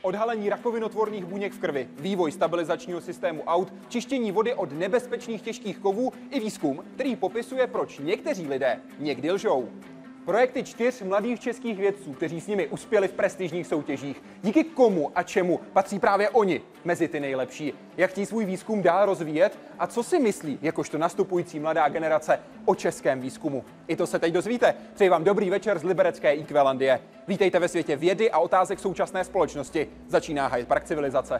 odhalení rakovinotvorných buněk v krvi, vývoj stabilizačního systému aut, čištění vody od nebezpečných těžkých kovů i výzkum, který popisuje, proč někteří lidé někdy lžou. Projekty 4 mladých českých vědců, kteří s nimi uspěli v prestižních soutěžích. Díky komu a čemu patří právě oni mezi ty nejlepší? Jak chtějí svůj výzkum dál rozvíjet? A co si myslí, jakožto nastupující mladá generace, o českém výzkumu? I to se teď dozvíte. Přeji vám dobrý večer z liberecké IQ-landie. Vítejte ve světě vědy a otázek současné společnosti. Začíná Hyde Park civilizace.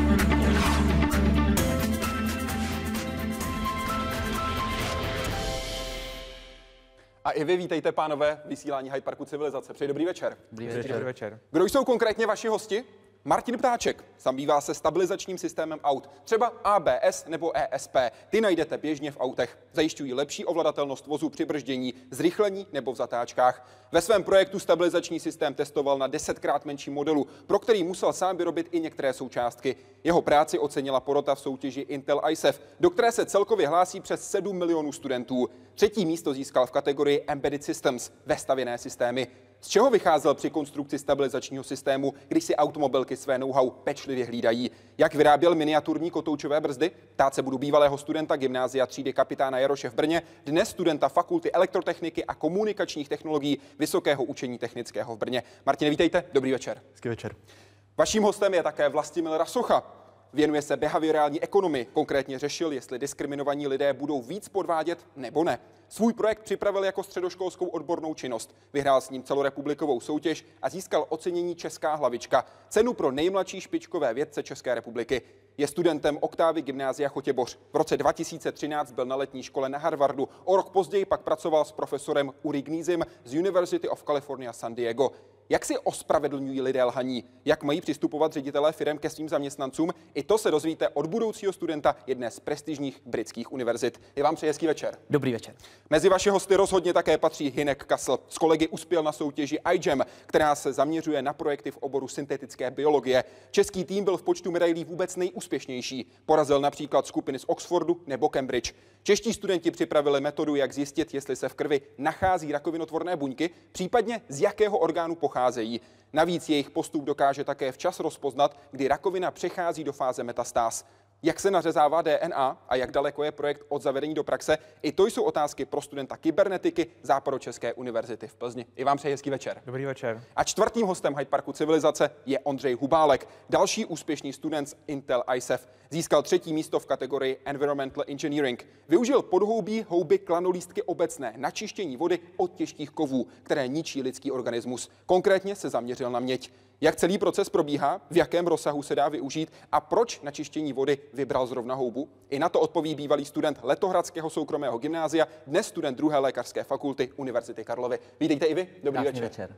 A i vy vítejte, pánové, vysílání Hyde Parku civilizace. Přeji dobrý večer. Dobrý večer. Kdo jsou konkrétně vaši hosti? Martin Ptáček zabývá se stabilizačním systémem aut, třeba ABS nebo ESP. Ty najdete běžně v autech. Zajišťují lepší ovladatelnost vozu při brždění, zrychlení nebo v zatáčkách. Ve svém projektu stabilizační systém testoval na 10krát menším modelu, pro který musel sám vyrobit i některé součástky. Jeho práci ocenila porota v soutěži Intel ISEF, do které se celkově hlásí přes 7 milionů studentů. 3. místo získal v kategorii Embedded Systems, vestavěné systémy. Z čeho vycházel při konstrukci stabilizačního systému, když si automobilky své know-how pečlivě hlídají? Jak vyráběl miniaturní kotoučové brzdy? Ptát se budu bývalého studenta gymnázia třídy kapitána Jaroše v Brně, dnes studenta Fakulty elektrotechniky a komunikačních technologií Vysokého učení technického v Brně. Martine, vítejte, dobrý večer. Hezký večer. Vaším hostem je také Vlastimil Rasocha. Věnuje se behaviorální ekonomii, konkrétně řešil, jestli diskriminovaní lidé budou víc podvádět nebo ne. Svůj projekt připravil jako středoškolskou odbornou činnost. Vyhrál s ním celorepublikovou soutěž a získal ocenění Česká hlavička, cenu pro nejmladší špičkové vědce České republiky. Je studentem Oktávy gymnázia Chotěboř. V roce 2013 byl na letní škole na Harvardu. O rok později pak pracoval s profesorem Uri Gnizim z University of California San Diego. Jak si ospravedlňují lidé lhaní? Jak mají přistupovat ředitelé firem ke svým zaměstnancům? I to se dozvíte od budoucího studenta jedné z prestižních britských univerzit. Je vám přeji hezký večer. Dobrý večer. Mezi vaše hosty rozhodně také patří Hynek Kasl. S kolegy uspěl na soutěži iGEM, která se zaměřuje na projekty v oboru syntetické biologie. Český tým byl v počtu medailí vůbec nejúspěšnější. Porazil například skupiny z Oxfordu nebo Cambridge. Čeští studenti připravili metodu, jak zjistit, jestli se v krvi nachází rakovinotvorné buňky, případně z jakého orgánu pocházejí. Navíc jejich postup dokáže také včas rozpoznat, kdy rakovina přechází do fáze metastáz. Jak se nařezává DNA a jak daleko je projekt od zavedení do praxe? I to jsou otázky pro studenta kybernetiky Západočeské univerzity v Plzni. I vám přeji hezký večer. Dobrý večer. A čtvrtým hostem Hyde Parku civilizace je Ondřej Hubálek, další úspěšný student z Intel ISEF. Získal 3. místo v kategorii Environmental Engineering. Využil podhoubí houby klanolístky obecné na čištění vody od těžkých kovů, které ničí lidský organismus. Konkrétně se zaměřil na měď. Jak celý proces probíhá, v jakém rozsahu se dá využít a proč na čištění vody vybral zrovna houbu? I na to odpoví bývalý student Letohradského soukromého gymnázia, dnes student 2. lékařské fakulty Univerzity Karlovy. Vítejte i vy, dobrý večer.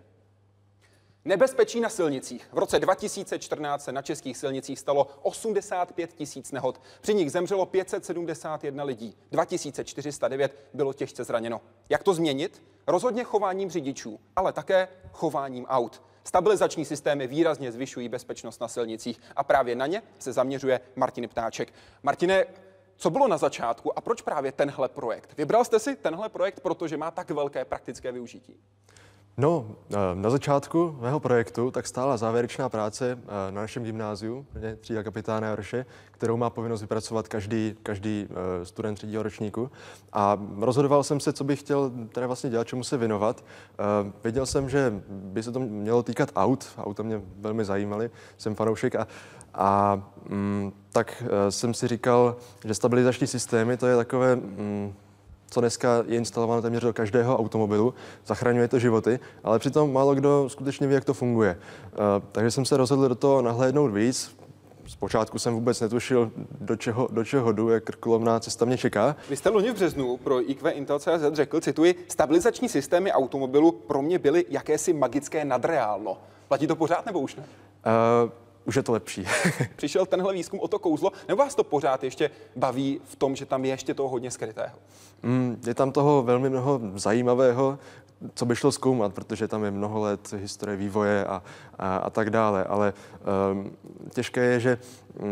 Nebezpečí na silnicích. V roce 2014 se na českých silnicích stalo 85 000 nehod. Při nich zemřelo 571 lidí. 2409 bylo těžce zraněno. Jak to změnit? Rozhodně chováním řidičů, ale také chováním aut. Stabilizační systémy výrazně zvyšují bezpečnost na silnicích a právě na ně se zaměřuje Martin Ptáček. Martine, co bylo na začátku a proč právě tenhle projekt? Vybral jste si tenhle projekt, protože má tak velké praktické využití? No, na začátku mého projektu tak stála závěrečná práce na našem gymnáziu, třída kapitána Jaroše, kterou má povinnost vypracovat každý student 3. ročníku. A rozhodoval jsem se, co bych chtěl teda vlastně dělat, čemu se věnovat. Věděl jsem, že by se to mělo týkat aut. Auta mě velmi zajímaly, jsem fanoušek tak jsem si říkal, že stabilizační systémy to je takové... co dneska je instalováno téměř do každého automobilu, zachraňuje to životy, ale přitom málo kdo skutečně ví, jak to funguje. Takže jsem se rozhodl do toho nahlédnout víc. Zpočátku jsem vůbec netušil, do čeho jdu, jak krkolomná cesta mě čeká. Vy jste loni v březnu pro IQ Intel.cz řekl, cituji, stabilizační systémy automobilu pro mě byly jakési magické nadreálno. Platí to pořád nebo už ne? Už je to lepší. Přišel tenhle výzkum o to kouzlo, nebo vás to pořád ještě baví v tom, že tam je ještě toho hodně skrytého? Je tam toho velmi mnoho zajímavého, co by šlo zkoumat, protože tam je mnoho let historie vývoje a tak dále, ale těžké je, že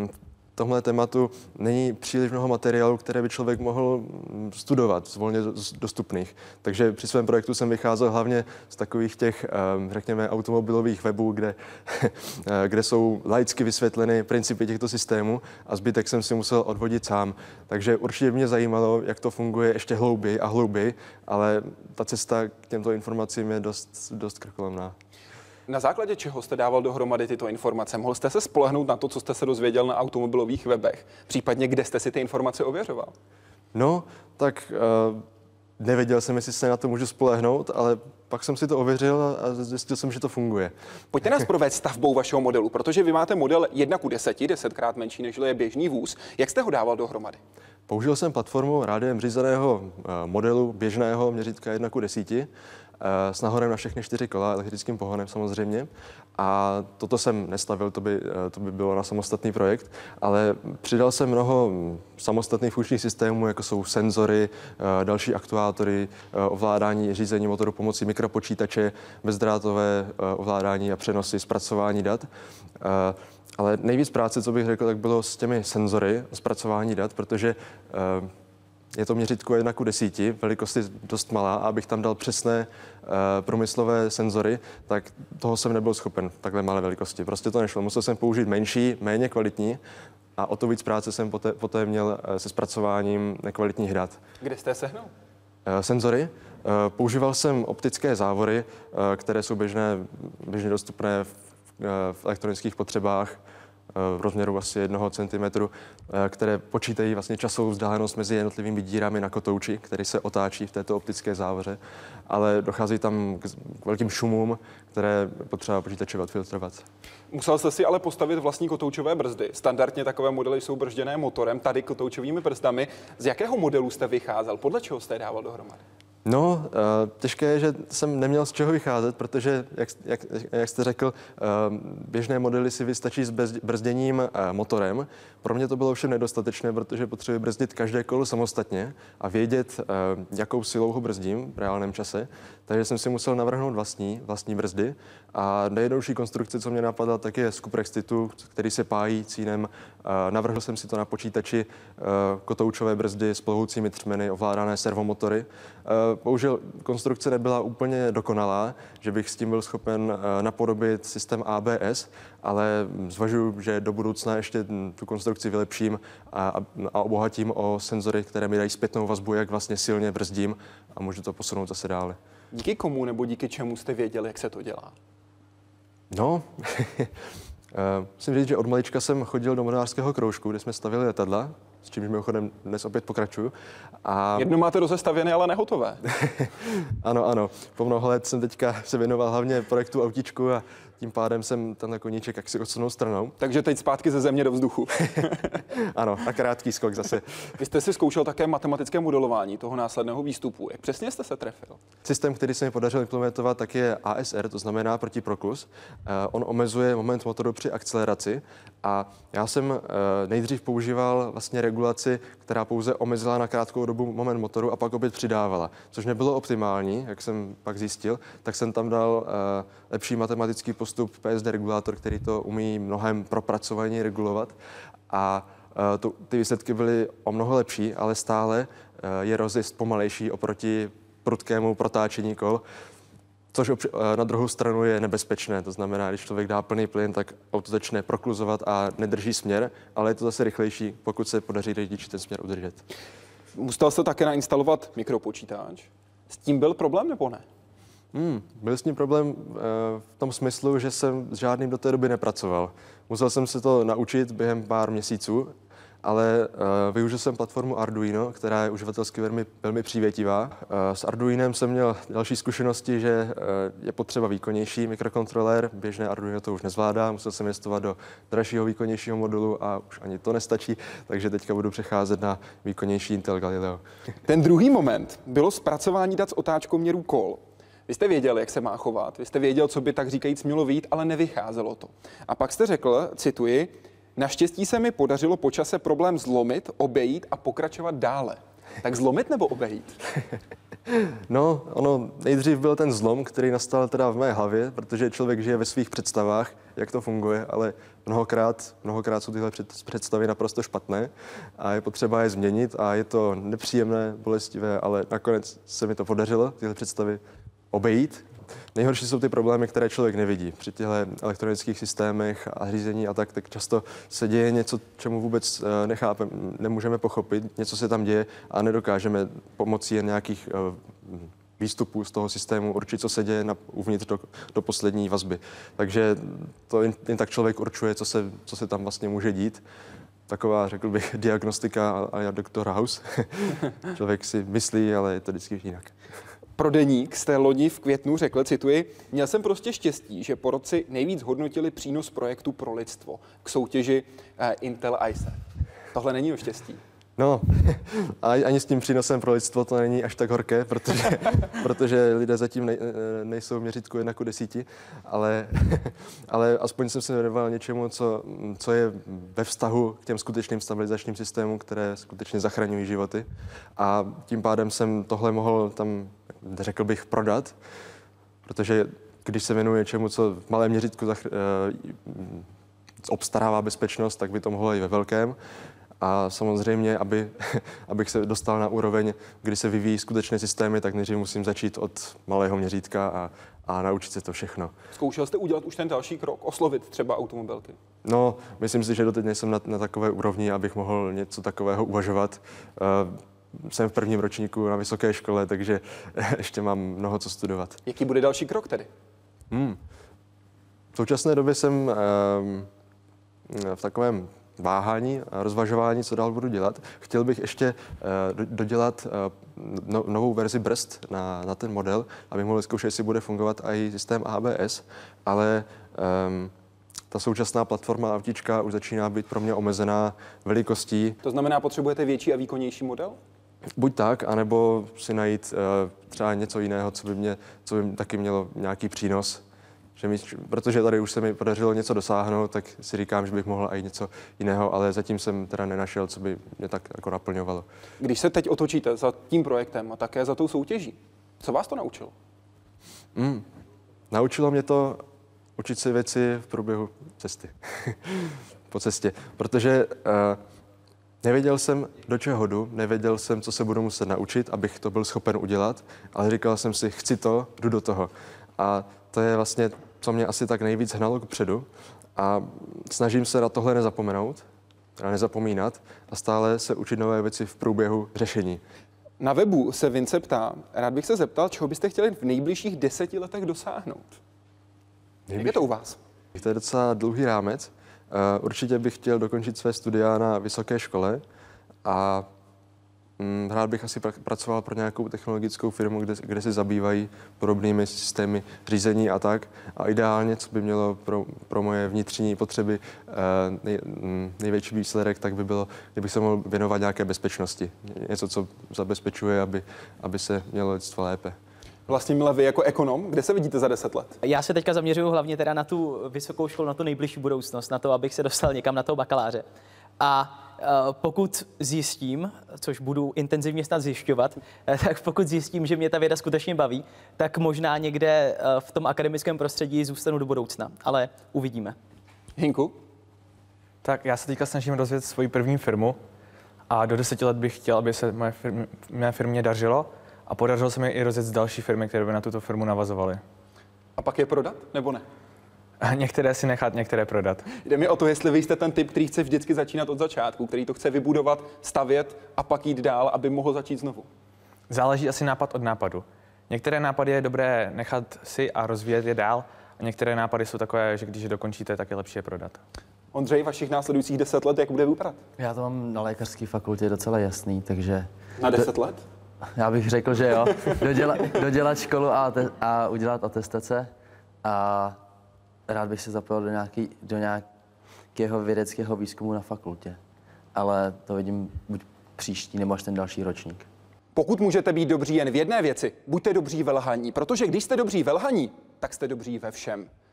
tomhle tématu není příliš mnoho materiálů, které by člověk mohl studovat z volně dostupných. Takže při svém projektu jsem vycházel hlavně z takových těch, řekněme, automobilových webů, kde jsou laicky vysvětleny principy těchto systémů a zbytek jsem si musel odvodit sám. Takže určitě mě zajímalo, jak to funguje ještě hlouběji a hlouběji, ale ta cesta k těmto informacím je dost krkolomná. Na základě čeho jste dával dohromady tyto informace? Mohl jste se spolehnout na to, co jste se dozvěděl na automobilových webech? Případně kde jste si ty informace ověřoval? No, tak nevěděl jsem, jestli se na to můžu spolehnout, ale pak jsem si to ověřil a zjistil jsem, že to funguje. Pojďte nás provést stavbou vašeho modelu, protože vy máte model 1:10, 10krát menší, než je běžný vůz. Jak jste ho dával dohromady? Použil jsem platformu rádiem řízeného modelu běžného měřítka 1:10 s nahorem na všechny 4 kola, elektrickým pohonem samozřejmě. A toto jsem nestavil, to by bylo na samostatný projekt, ale přidal jsem mnoho samostatných funkčních systémů, jako jsou senzory, další aktuátory, ovládání řízení motoru pomocí mikropočítače, bezdrátové ovládání a přenosy, zpracování dat. Ale nejvíc práce, co bych řekl, tak bylo s těmi senzory, zpracování dat, protože je to měřítko 1:10, velikost je dost malá a abych tam dal přesné průmyslové senzory, tak toho jsem nebyl schopen v takhle malé velikosti. Prostě to nešlo. Musel jsem použít menší, méně kvalitní a o to víc práce jsem poté měl se zpracováním nekvalitních dat. Kde jste sehnal? Senzory. Používal jsem optické závory, které jsou běžně dostupné v elektronických potřebách v rozměru asi 1 cm, které počítají vlastně časovou vzdálenost mezi jednotlivými dírami na kotouči, který se otáčí v této optické závoře, ale dochází tam k velkým šumům, které potřeba počítače odfiltrovat. Musel jste si ale postavit vlastní kotoučové brzdy. Standardně takové modely jsou bržděné motorem, tady kotoučovými brzdami. Z jakého modelu jste vycházel? Podle čeho jste je dával dohromady? No, těžké je, že jsem neměl z čeho vycházet, protože, jak jste řekl, běžné modely si vystačí s brzděním motorem. Pro mě to bylo ovšem nedostatečné, protože potřebuji brzdit každé kolo samostatně a vědět, jakou silou ho brzdím v reálném čase. Takže jsem si musel navrhnout vlastní brzdy. A nejjednodušší konstrukce, co mě napadla, tak je skup Rexitu, který se pájí cínem. Navrhl jsem si to na počítači, kotoučové brzdy s plovoucími třmeny, ovládané servomotory. Bohužel konstrukce nebyla úplně dokonalá, že bych s tím byl schopen napodobit systém ABS, ale zvažuji, že do budoucna ještě tu konstrukci vylepším a obohatím o senzory, které mi dají zpětnou vazbu, jak vlastně silně brzdím a můžu to posunout zase dále. Díky komu nebo díky čemu jste věděli, jak se to dělá? No, musím říct, že od malička jsem chodil do modelářského kroužku, kde jsme stavili letadla, s čímž mimochodem dnes opět pokračuju. Jedno máte rozestavěné, ale nehotové. Ano. Po mnoho let jsem teďka se věnoval hlavně projektu autíčku a tím pádem jsem tenhle koníček jaksi odsunul stranou. Takže teď zpátky ze země do vzduchu. Ano, a krátký skok zase. Vy jste si zkoušel také matematické modelování toho následného výstupu. Jak přesně jste se trefil? Systém, který se mi podařil implementovat, tak je ASR, to znamená protiproklus. On omezuje moment motoru při akceleraci a já jsem nejdřív používal vlastně regulaci, která pouze omezila na krátkou dobu moment motoru a pak opět přidávala, což nebylo optimální, jak jsem pak zjistil, tak jsem tam dal lepší matematický postup PSD regulátor, který to umí mnohem propracovaně regulovat a ty výsledky byly o mnoho lepší, ale stále je rozjezd pomalejší oproti prudkému protáčení kol, což na druhou stranu je nebezpečné. To znamená, když člověk dá plný plyn, tak auto začne prokluzovat a nedrží směr, ale je to zase rychlejší, pokud se podaří řidiči ten směr udržet. Musel jste také nainstalovat mikropočítač. S tím byl problém nebo ne? Byl s ním problém v tom smyslu, že jsem s žádným do té doby nepracoval. Musel jsem se to naučit během pár měsíců, ale využil jsem platformu Arduino, která je uživatelsky velmi přívětivá. S Arduinem jsem měl další zkušenosti, že je potřeba výkonnější mikrokontrolér. Běžné Arduino to už nezvládá, musel jsem investovat do dražšího, výkonnějšího modulu a už ani to nestačí, takže teďka budu přecházet na výkonnější Intel Galileo. Ten druhý moment bylo zpracování dat z otáčkoměrů kol. Vy jste věděl, jak se má chovat, vy jste věděl, co by tak říkajíc mělo vyjít, ale nevycházelo to. A pak jste řekl, cituji, naštěstí se mi podařilo po čase problém zlomit, obejít a pokračovat dále. Tak zlomit nebo obejít? No, ono nejdřív byl ten zlom, který nastal teda v mé hlavě, protože člověk žije ve svých představách, jak to funguje, ale mnohokrát jsou tyhle představy naprosto špatné a je potřeba je změnit a je to nepříjemné, bolestivé, ale nakonec se mi to podařilo, tyhle představy obejít. Nejhorší jsou ty problémy, které člověk nevidí. Při těchto elektronických systémech a řízení a tak často se děje něco, čemu vůbec nemůžeme pochopit. Něco se tam děje a nedokážeme pomocí jen nějakých výstupů z toho systému určit, co se děje uvnitř do poslední vazby. Takže to jen tak člověk určuje, co se tam vlastně může dít. Taková, řekl bych, diagnostika a Dr. House. Člověk si myslí, ale je to vždycky jinak. Pro Deník z té loni v květnu řekl, cituji, měl jsem prostě štěstí, že porotci nejvíc hodnotili přínos projektu pro lidstvo k soutěži Intel ICE. Tohle není o štěstí. No, ani s tím přínosem pro lidstvo to není až tak horké, protože lidé zatím nejsou v měřítku 1:10, ale aspoň jsem se věnoval něčemu, co je ve vztahu k těm skutečným stabilizačním systémům, které skutečně zachraňují životy. A tím pádem jsem tohle mohl tam, řekl bych, prodat, protože když se věnuje něčemu, co v malém měřítku obstarává bezpečnost, tak by to mohlo i ve velkém. A samozřejmě, abych se dostal na úroveň, kdy se vyvíjí skutečné systémy, tak nejdřív musím začít od malého měřítka a naučit se to všechno. Zkoušel jste udělat už ten další krok, oslovit třeba automobilky? No, myslím si, že doteď nejsem na takové úrovni, abych mohl něco takového uvažovat. Jsem v prvním ročníku na vysoké škole, takže ještě mám mnoho co studovat. Jaký bude další krok tedy? V současné době jsem v takovém váhání a rozvažování, co dál budu dělat. Chtěl bych ještě dodělat novou verzi brzd na ten model, aby mohl zkoušet, jestli bude fungovat i systém ABS, ale ta současná platforma autíčka už začíná být pro mě omezená velikostí. To znamená, potřebujete větší a výkonnější model? Buď tak, anebo si najít třeba něco jiného, co by taky mělo nějaký přínos. Protože tady už se mi podařilo něco dosáhnout, tak si říkám, že bych mohl i něco jiného, ale zatím jsem teda nenašel, co by mě tak jako naplňovalo. Když se teď otočíte za tím projektem a také za tou soutěží, co vás to naučilo? Naučilo mě to učit si věci v průběhu cesty. Po cestě. Protože nevěděl jsem, do čeho jdu, nevěděl jsem, co se budu muset naučit, abych to byl schopen udělat, ale říkal jsem si, chci to, jdu do toho. A to je vlastně, co mě asi tak nejvíc hnalo kupředu. A snažím se na tohle nezapomínat a stále se učit nové věci v průběhu řešení. Na webu se Vince ptá, rád bych se zeptal, čeho byste chtěli v nejbližších 10 letech dosáhnout. Jak je to u vás? To je docela dlouhý rámec. Určitě bych chtěl dokončit své studia na vysoké škole a rád bych asi pracoval pro nějakou technologickou firmu, kde se zabývají podobnými systémy řízení a tak. A ideálně, co by mělo pro moje vnitřní potřeby největší výsledek, tak by bylo, kdybych se mohl věnovat nějaké bezpečnosti. Něco, co zabezpečuje, aby se mělo lidstvo lépe. Vlastimile, vy jako ekonom, kde se vidíte za 10 let? Já se teďka zaměřuju hlavně teda na tu vysokou školu, na tu nejbližší budoucnost, na to, abych se dostal někam na toho bakaláře. A pokud zjistím, což budu intenzivně snad zjišťovat, tak pokud zjistím, že mě ta věda skutečně baví, tak možná někde v tom akademickém prostředí zůstanu do budoucna, ale uvidíme. Hinku? Tak já se teďka snažím rozvíjet svoji první firmu a do 10 let bych chtěl, aby se mé firmě dařilo a podařilo se mi i rozjet další firmy, které by na tuto firmu navazovaly. A pak je prodat, nebo ne? Některé si nechat, některé prodat. Jde mi o to, jestli vy jste ten typ, který chce vždycky začínat od začátku, který to chce vybudovat, stavět a pak jít dál, aby mohl začít znovu. Záleží asi nápad od nápadu. Některé nápady je dobré nechat si a rozvíjet je dál a některé nápady jsou takové, že když je dokončíte, tak je lepší je prodat. Ondřej, vašich následujících 10 let, jak bude vypadat? Já to mám na lékařské fakultě docela jasný, takže... Na 10 let? Já bych řekl, že jo. Dodělat školu a udělat atestace a rád bych se zapojil do nějakého vědeckého výzkumu na fakultě. Ale to vidím buď příští, nebo až ten další ročník. Pokud můžete být dobří jen v jedné věci, buďte dobří ve lhaní, protože když jste dobří ve lhaní, tak jste dobří ve všem.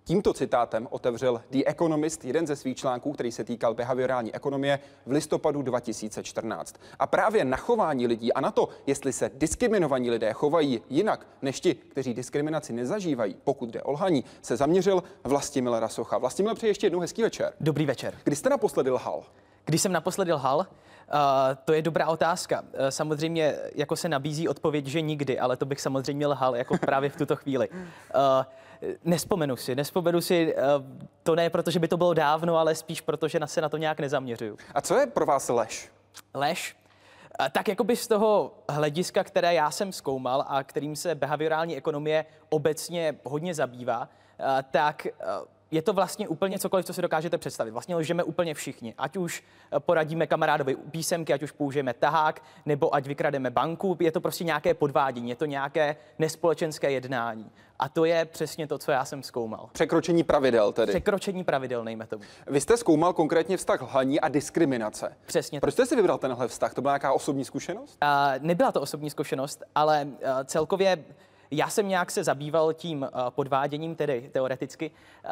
Tímto citátem otevřel The Economist jeden ze svých článků, který se týkal behaviorální ekonomie v listopadu 2014. A právě na chování lidí a na to, jestli se diskriminovaní lidé chovají jinak než ti, kteří diskriminaci nezažívají, pokud jde o lhaní, se zaměřil Vlastimil Rasocha. Vlastimil, přeji ještě jednou hezký večer. Dobrý večer. Kdy jste naposledy lhal? Když jsem naposledy lhal? To je dobrá otázka. Samozřejmě jako se nabízí odpověď, že nikdy, ale to bych samozřejmě lhal jako právě v tuto chvíli. Nespomenu si, to ne proto, že by to bylo dávno, ale spíš proto, že se na to nějak nezaměřuju. A co je pro vás lež? Lež? Tak jakoby z toho hlediska, které já jsem zkoumal a kterým se behaviorální ekonomie obecně hodně zabývá, tak je to vlastně úplně cokoliv, co si dokážete představit. Vlastně lžeme úplně všichni. Ať už poradíme kamarádovi písemky, ať už použijeme tahák, nebo ať vykrademe banku, je to prostě nějaké podvádění, je to nějaké nespolečenské jednání. A to je přesně to, co já jsem zkoumal. Překročení pravidel tedy. Překročení pravidel, nejme tomu. Vy jste zkoumal konkrétně vztah lhaní a diskriminace. Přesně. Proč jste si vybral tenhle vztah? To byla nějaká osobní zkušenost? Nebyla to osobní zkušenost, ale celkově já jsem nějak se zabýval tím podváděním, tedy teoreticky.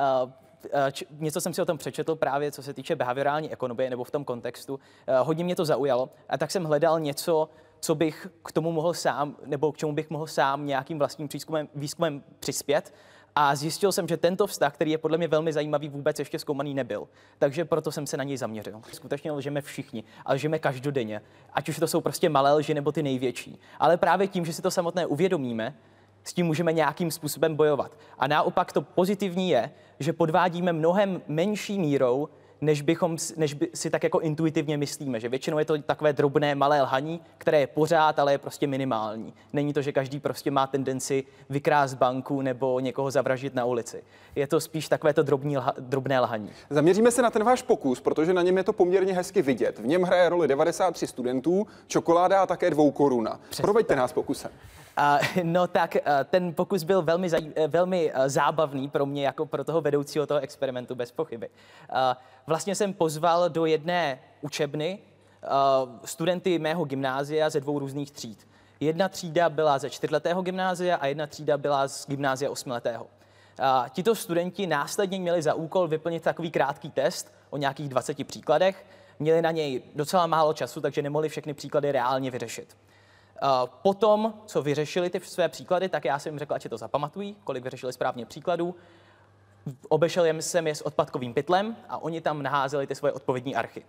Něco jsem si o tom přečetl právě, co se týče behaviorální ekonomie, nebo v tom kontextu. Hodně mě to zaujalo a tak jsem hledal něco, co bych k tomu mohl sám, nebo k čemu bych mohl sám nějakým vlastním výzkumem přispět. A zjistil jsem, že tento vztah, který je podle mě velmi zajímavý, vůbec ještě zkoumaný nebyl. Takže proto jsem se na něj zaměřil. Skutečně lžeme všichni, a lžeme každodenně. Ať už to jsou prostě malé lži, nebo ty největší. Ale právě tím, že si to samotné uvědomíme, s tím můžeme nějakým způsobem bojovat. A naopak to pozitivní je, že podvádíme mnohem menší mírou, než si tak jako intuitivně myslíme, že většinou je to takové drobné malé lhaní, které je pořád, ale je prostě minimální. Není to, že každý prostě má tendenci vykrást banku nebo někoho zavraždit na ulici. Je to spíš takové to drobné lhaní. Zaměříme se na ten váš pokus, protože na něm je to poměrně hezky vidět. V něm hraje roli 93 studentů, čokoláda a také 2 koruna. Proveďte nás pokusem. No tak ten pokus byl velmi zábavný pro mě, jako pro toho vedoucího toho experimentu, bez pochyby. Vlastně jsem pozval do jedné učebny studenty mého gymnázia ze 2 různých tříd. Jedna třída byla ze 4letého gymnázia a jedna třída byla z gymnázia 8letého. Tito studenti následně měli za úkol vyplnit takový krátký test o nějakých 20 příkladech. Měli na něj docela málo času, takže nemohli všechny příklady reálně vyřešit. Potom, co vyřešili ty své příklady, tak já jsem jim řekl, ať si to zapamatují, kolik vyřešili správně příkladů. Obešel jsem je s odpadkovým pytlem a oni tam naházeli ty svoje odpovědní archy.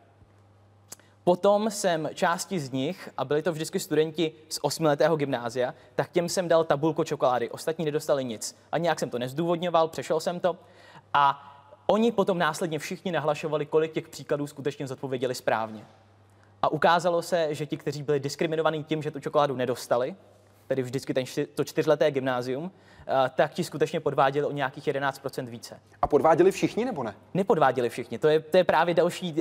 Potom jsem části z nich, a byli to vždycky studenti z 8letého gymnázia, tak těm jsem dal tabulku čokolády. Ostatní nedostali nic. A nějak jsem to nezdůvodňoval, přešel jsem to. A oni potom následně všichni nahlašovali, kolik těch příkladů skutečně zodpověděli správně. A ukázalo se, že ti, kteří byli diskriminovaní tím, že tu čokoládu nedostali, tedy vždycky to 4leté gymnázium, tak ti skutečně podváděli o nějakých 11% více. A podváděli všichni nebo ne? Nepodváděli všichni. To je právě další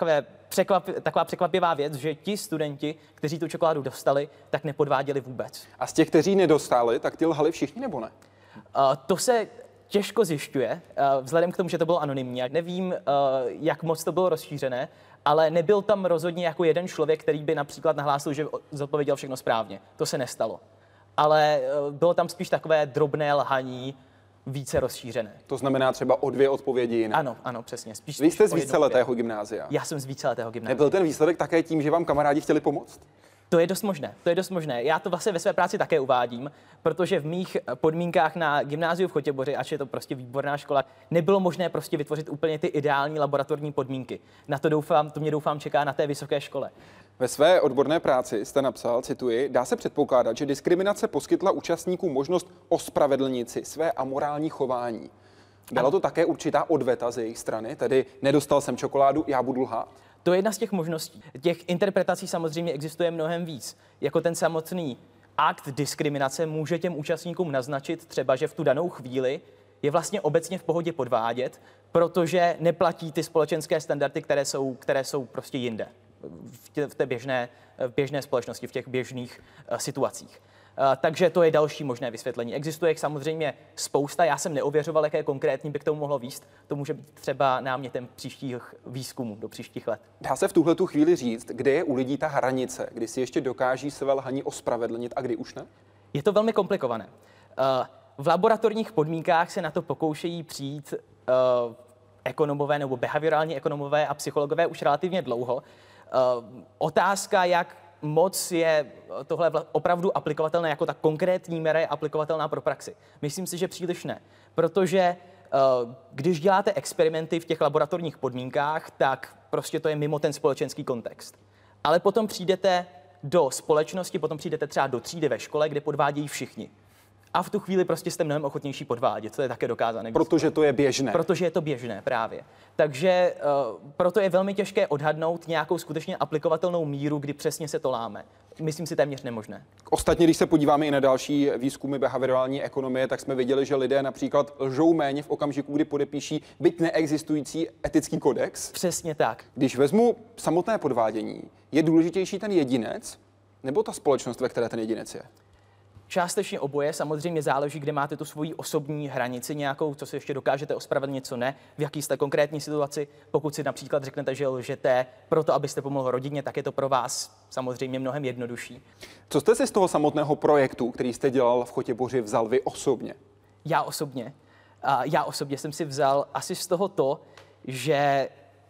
taková překvapivá věc, že ti studenti, kteří tu čokoládu dostali, tak nepodváděli vůbec. A z těch, kteří nedostali, tak ty lhali všichni nebo ne? To se těžko zjišťuje, vzhledem k tomu, že to bylo anonymní. Nevím, jak moc to bylo rozšířené, ale nebyl tam rozhodně jako jeden člověk, který by například nahlásil, že zodpověděl všechno správně. To se nestalo. Ale bylo tam spíš takové drobné lhaní, více rozšířené. To znamená třeba o 2 odpovědi jinak. Ano, přesně. Spíš Vy jste z víceletého gymnázia. Já jsem z víceletého gymnázia. Nebyl ten výsledek také tím, že vám kamarádi chtěli pomoct? To je dost možné. Já to vlastně ve své práci také uvádím, protože v mých podmínkách na gymnáziu v Chotěboři, ač je to prostě výborná škola, nebylo možné prostě vytvořit úplně ty ideální laboratorní podmínky. To mě doufám čeká na té vysoké škole. Ve své odborné práci jste napsal, cituji, dá se předpokládat, že diskriminace poskytla účastníkům možnost ospravedlnit si své amorální chování. Byla to také určitá odveta z jejich strany, tedy nedostal jsem čokoládu, já budu lhát? To je jedna z těch možností. Těch interpretací samozřejmě existuje mnohem víc. Jako ten samotný akt diskriminace může těm účastníkům naznačit třeba, že v tu danou chvíli je vlastně obecně v pohodě podvádět, protože neplatí ty společenské standardy, které jsou prostě jinde. V té běžné společnosti, v těch běžných situacích. Takže to je další možné vysvětlení. Existuje jich samozřejmě spousta, já jsem neověřoval, jaké konkrétní by k tomu mohlo vést. To může být třeba námětem příštích výzkumů do příštích let. Dá se v tuhletu chvíli říct, kde je u lidí ta hranice, kdy si ještě dokáží své lhaní ospravedlnit a kdy už ne? Je to velmi komplikované. V laboratorních podmínkách se na to pokoušejí přijít ekonomové nebo behaviorální ekonomové a psychologové už relativně dlouho. Otázka, jak moc je tohle opravdu aplikovatelné, jako ta konkrétní měra je aplikovatelná pro praxi. Myslím si, že příliš ne, protože když děláte experimenty v těch laboratorních podmínkách, tak prostě to je mimo ten společenský kontext. Ale potom přijdete do společnosti, potom přijdete třeba do třídy ve škole, kde podvádějí všichni. A v tu chvíli prostě jste mnohem ochotnější podvádět, to je také dokázané. Protože to je běžné. Protože je to běžné právě. Takže proto je velmi těžké odhadnout nějakou skutečně aplikovatelnou míru, kdy přesně se to láme. Myslím si téměř nemožné. Ostatně, když se podíváme i na další výzkumy behaviorální ekonomie, tak jsme viděli, že lidé například lžou méně v okamžiku, kdy podepíší byť neexistující etický kodex. Přesně tak. Když vezmu samotné podvádění, je důležitější ten jedinec nebo ta společnost, ve které ten jedinec je? Částečně oboje, samozřejmě záleží, kde máte tu svoji osobní hranici nějakou, co si ještě dokážete ospravedlnit, co ne, v jaký jste konkrétní situaci. Pokud si například řeknete, že lžete proto, abyste pomohl rodině, tak je to pro vás samozřejmě mnohem jednodušší. Co jste si z toho samotného projektu, který jste dělal v Chotěboři, vzal vy osobně? Já osobně jsem si vzal asi z toho to, že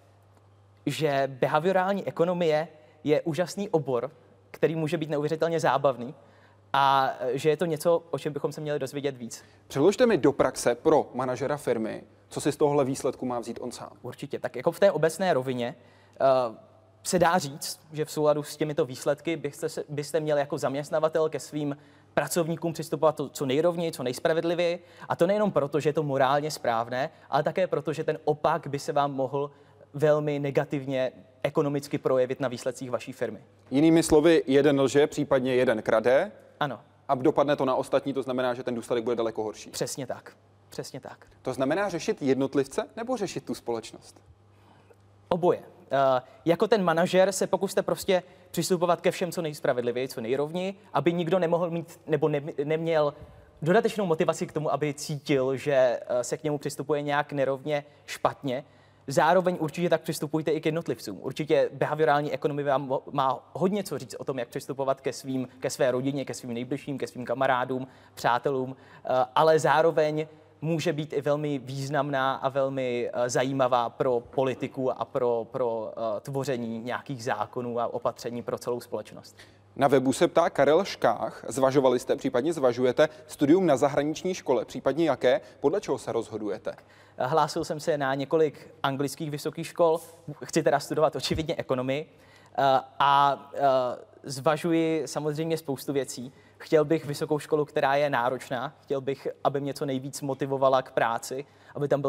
behaviorální ekonomie je úžasný obor, který může být neuvěřitelně zábavný, a že je to něco, o čem bychom se měli dozvědět víc. Přeložte mi do praxe pro manažera firmy, co si z tohohle výsledku má vzít on sám. Určitě. Tak jako v té obecné rovině se dá říct, že v souladu s těmito výsledky byste měli jako zaměstnavatel ke svým pracovníkům přistupovat co nejrovněji, co nejspravedlivěji. A to nejenom proto, že je to morálně správné, ale také proto, že ten opak by se vám mohl velmi negativně ekonomicky projevit na výsledcích vaší firmy. Jinými slovy, jeden lže, případně jeden krade. Ano. A dopadne to na ostatní, to znamená, že ten důsledek bude daleko horší. Přesně tak. Přesně tak. To znamená řešit jednotlivce nebo řešit tu společnost? Oboje. Jako ten manažer se pokuste prostě přistupovat ke všem co nejspravedlivěji, co nejrovněji, aby nikdo nemohl mít nebo neměl dodatečnou motivaci k tomu, aby cítil, že se k němu přistupuje nějak nerovně špatně. Zároveň určitě tak přistupujte i k jednotlivcům. Určitě behaviorální ekonomie vám má hodně co říct o tom, jak přistupovat ke své rodině, ke svým nejbližším, ke svým kamarádům, přátelům, ale zároveň může být i velmi významná a velmi zajímavá pro politiku a pro tvoření nějakých zákonů a opatření pro celou společnost. Na webu se ptá Karel Škách. Zvažovali jste, případně zvažujete studium na zahraniční škole, případně jaké? Podle čeho se rozhodujete? Hlásil jsem se na několik anglických vysokých škol, chci teda studovat očividně ekonomii a zvažuji samozřejmě spoustu věcí. Chtěl bych vysokou školu, která je náročná, chtěl bych, aby mě co nejvíc motivovala k práci, aby tam byl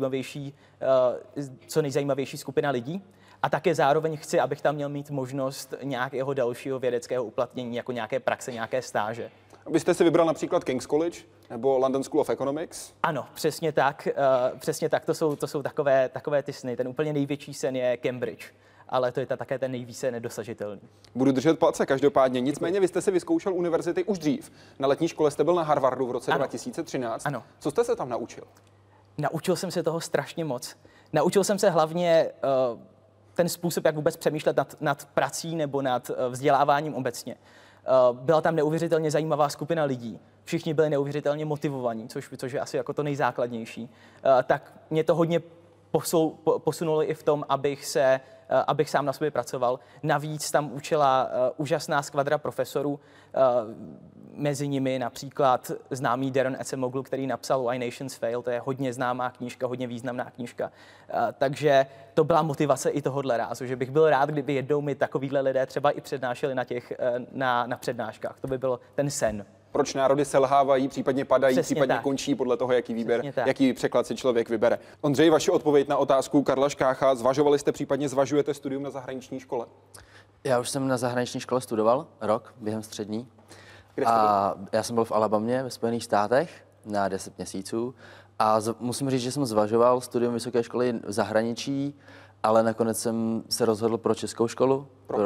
co nejzajímavější skupina lidí. A také zároveň chci, abych tam měl mít možnost nějakého dalšího vědeckého uplatnění, jako nějaké praxe, nějaké stáže. Abyste si vybral například King's College nebo London School of Economics? Ano, přesně tak. To jsou takové ty sny. Ten úplně největší sen je Cambridge, ale to je také ten nejvíce nedosažitelný. Budu držet palce každopádně. Nicméně vy jste si vyzkoušel univerzity už dřív. Na letní škole jste byl na Harvardu v roce 2013. Ano. Co jste se tam naučil? Naučil jsem se toho strašně moc. Naučil jsem se hlavně ten způsob, jak vůbec přemýšlet nad prací nebo nad vzděláváním obecně. Byla tam neuvěřitelně zajímavá skupina lidí. Všichni byli neuvěřitelně motivovaní, což je asi jako to nejzákladnější. Tak mě to hodně posunulo i v tom, abych sám na sobě pracoval. Navíc tam učila úžasná skvadra profesorů, mezi nimi například známý Darren Acemoglu, který napsal Why Nations Fail, to je hodně známá knížka, hodně významná knížka. Takže to byla motivace i tohohle rázu, že bych byl rád, kdyby jednou mi takovýhle lidé třeba i přednášeli na přednáškách. To by byl ten sen. Proč národy selhávají, případně padají, Přesně případně tak. končí podle toho, jaký překlad si člověk vybere. Ondřej, vaše odpověď na otázku Karla Škácha. Zvažovali jste, případně zvažujete studium na zahraniční škole? Já už jsem na zahraniční škole studoval rok během střední. Kde jste byl? Já jsem byl v Alabamě ve Spojených státech na 10 měsíců a musím říct, že jsem zvažoval studium vysoké školy v zahraničí, ale nakonec jsem se rozhodl pro českou školu. Proč?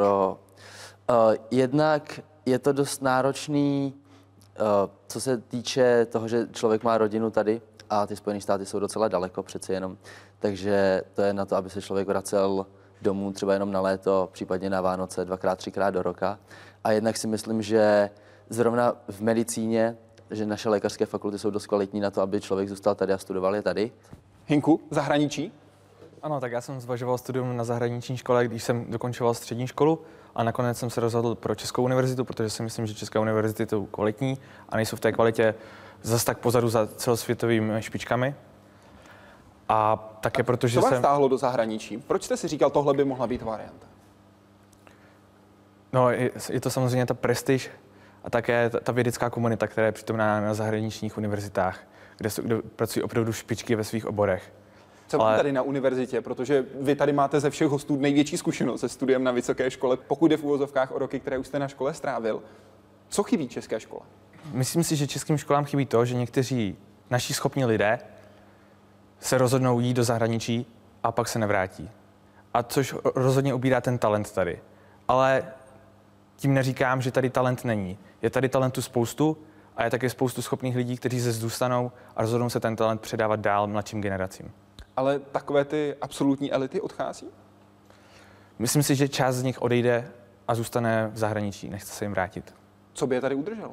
Jednak je to dost náročný, co se týče toho, že člověk má rodinu tady a ty Spojené státy jsou docela daleko přece jenom, takže to je na to, aby se člověk vracel domů třeba jenom na léto, případně na Vánoce 2x, 3x do roka. A jednak si myslím, že zrovna v medicíně že naše lékařské fakulty jsou dost kvalitní na to, aby člověk zůstal tady a studoval je tady. Hinku, zahraničí? Ano, tak já jsem zvažoval studium na zahraniční škole, když jsem dokončoval střední školu a nakonec jsem se rozhodl pro Českou univerzitu, protože si myslím, že Česká univerzity jsou kvalitní a nejsou v té kvalitě zase tak pozadu za celosvětovými špičkami. A také protože Co vás jsem... stáhlo do zahraničí? Proč jste si říkal, tohle by mohla být varianta? No, je to samozřejmě ta prestiž a také ta vědecká komunita, která je přítomná na zahraničních univerzitách, kde pracují opravdu špičky ve svých oborech. Co vám tady na univerzitě? Protože vy tady máte ze všech hostů největší zkušenost se studiem na vysoké škole, pokud jde v uvozovkách o roky, které už jste na škole strávil. Co chybí české škole? Myslím si, že českým školám chybí to, že někteří naši schopní lidé se rozhodnou jít do zahraničí a pak se nevrátí. A což rozhodně ubírá ten talent tady. Ale tím neříkám, že tady talent není. Je tady talentu spoustu a je také spoustu schopných lidí, kteří se zůstanou a rozhodnou se ten talent předávat dál mladším generacím. Ale takové ty absolutní elity odchází? Myslím si, že část z nich odejde a zůstane v zahraničí, nechce se jim vrátit. Co by je tady udrželo?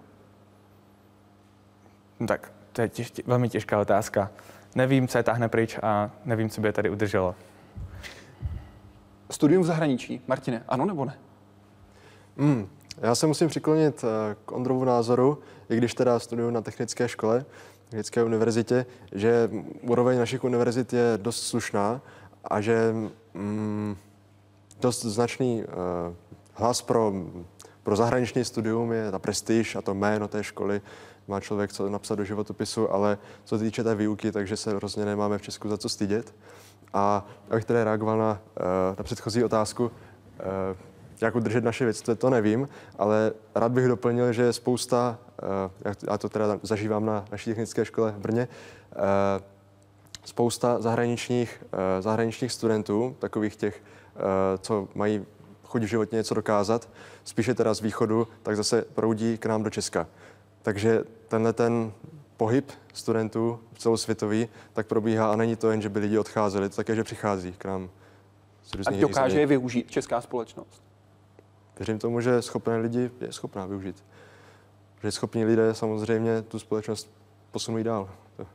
No tak, to je velmi těžká otázka. Nevím, co je táhne pryč a nevím, co by je tady udrželo. Studium v zahraničí. Martine, ano nebo ne? Já se musím přiklonit k Ondrovu názoru, i když teda studuju na technické škole, technické univerzitě, že úroveň našich univerzit je dost slušná a že dost značný hlas pro zahraniční studium je ta prestiž a to jméno té školy. Má člověk co napsat do životopisu, ale co se týče té výuky, takže se rozhodně nemáme v Česku za co stydět. A abych tedy reagoval na předchozí otázku, jak udržet naše věci, to nevím, ale rád bych doplnil, že je spousta, já to teda zažívám na naší technické škole v Brně, spousta zahraničních studentů, takových těch, co mají chuť v životě něco dokázat, spíše teda z východu, tak zase proudí k nám do Česka. Takže tenhle ten pohyb studentů celosvětový tak probíhá a není to jen, že by lidi odcházeli, to také, že přichází k nám z různých A dokáže zemí. je využít česká společnost? Věřím tomu, že schopné lidi je schopná využít. Že schopní lidé samozřejmě tu společnost posunují dál.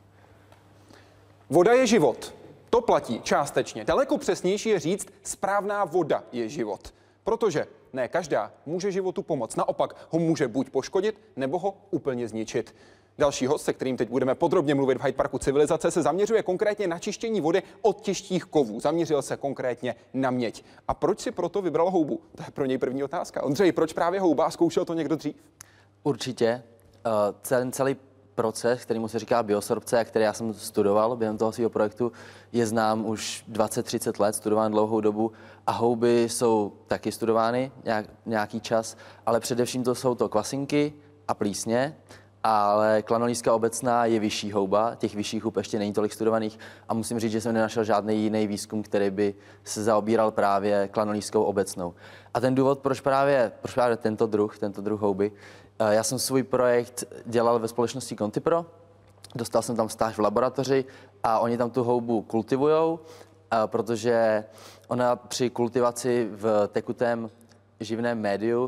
Voda je život. To platí částečně. Daleko přesnější je říct, správná voda je život. Protože ne každá může životu pomoct. Naopak ho může buď poškodit, nebo ho úplně zničit. Další host, se kterým teď budeme podrobně mluvit v Hyde Parku civilizace, se zaměřuje konkrétně na čištění vody od těžkých kovů. Zaměřil se konkrétně na měď. A proč si proto vybral houbu? To je pro něj první otázka. Ondřej, proč právě houba? Zkoušel to někdo dřív? Určitě. Celý proces, kterýmu se říká biosorpce, a který já jsem studoval během toho svého projektu, je znám už 20-30 let, studován dlouhou dobu a houby jsou taky studovány nějaký čas, ale především to jsou to kvasinky a plísně, ale klanolýstka obecná je vyšší houba, těch vyšších hub ještě není tolik studovaných a musím říct, že jsem nenašel žádný jiný výzkum, který by se zaobíral právě klanolýskou obecnou. A ten důvod, proč právě tento druh houby, já jsem svůj projekt dělal ve společnosti Contipro, dostal jsem tam stáž v laboratoři a oni tam tu houbu kultivujou, protože ona při kultivaci v tekutém živném médiu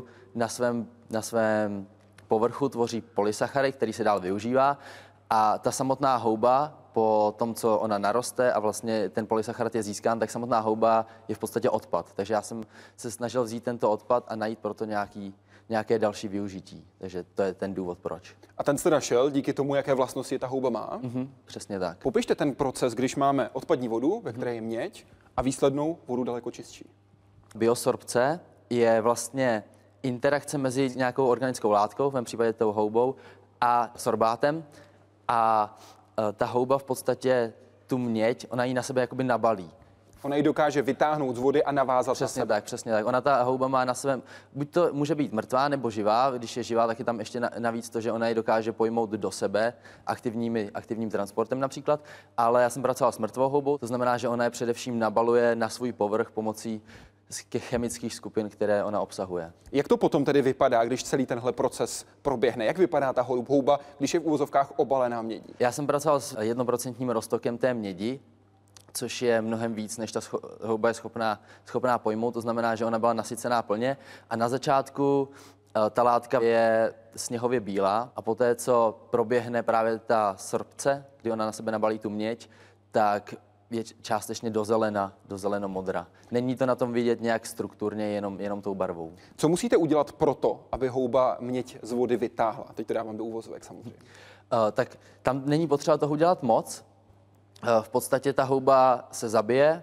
na svém povrchu tvoří polysacharidy, který se dál využívá a ta samotná houba po tom, co ona naroste a vlastně ten polysacharid je získán, tak samotná houba je v podstatě odpad. Takže já jsem se snažil vzít tento odpad a najít proto nějaké další využití. Takže to je ten důvod, proč. A ten jste našel díky tomu, jaké vlastnosti ta houba má? Přesně tak. Popište ten proces, když máme odpadní vodu, ve které je měď, a výslednou vodu daleko čistší. Biosorpce je vlastně interakce mezi nějakou organickou látkou, v mém případě tou houbou, a sorbátem. A ta houba v podstatě tu měď, ona ji na sebe jakoby nabalí. Ona ji dokáže vytáhnout z vody a navázat na Přesně sebe. tak, přesně tak. Ona ta houba má na svém, buď to může být mrtvá nebo živá, když je živá, tak je tam ještě navíc to, že ona ji dokáže pojmout do sebe aktivním transportem například, ale já jsem pracoval s mrtvou houbou, to znamená, že ona je především nabaluje na svůj povrch pomocí těch chemických skupin, které ona obsahuje. Jak to potom tedy vypadá, když celý tenhle proces proběhne? Jak vypadá ta houba, když je v uvozovkách obalená mědí? Já jsem pracoval s 1% roztokem té mědi, což je mnohem víc, než ta houba je schopná pojmout. To znamená, že ona byla nasycená plně a na začátku Ta látka je sněhově bílá a poté, co proběhne právě ta sorpce, kdy ona na sebe nabalí tu měď, tak je částečně do zeleno-modra. Není to na tom vidět nějak strukturně, jenom tou barvou. Co musíte udělat proto, aby houba měď z vody vytáhla? Teď to dávám do uvozovek samozřejmě. Tak tam není potřeba toho udělat moc. V podstatě ta houba se zabije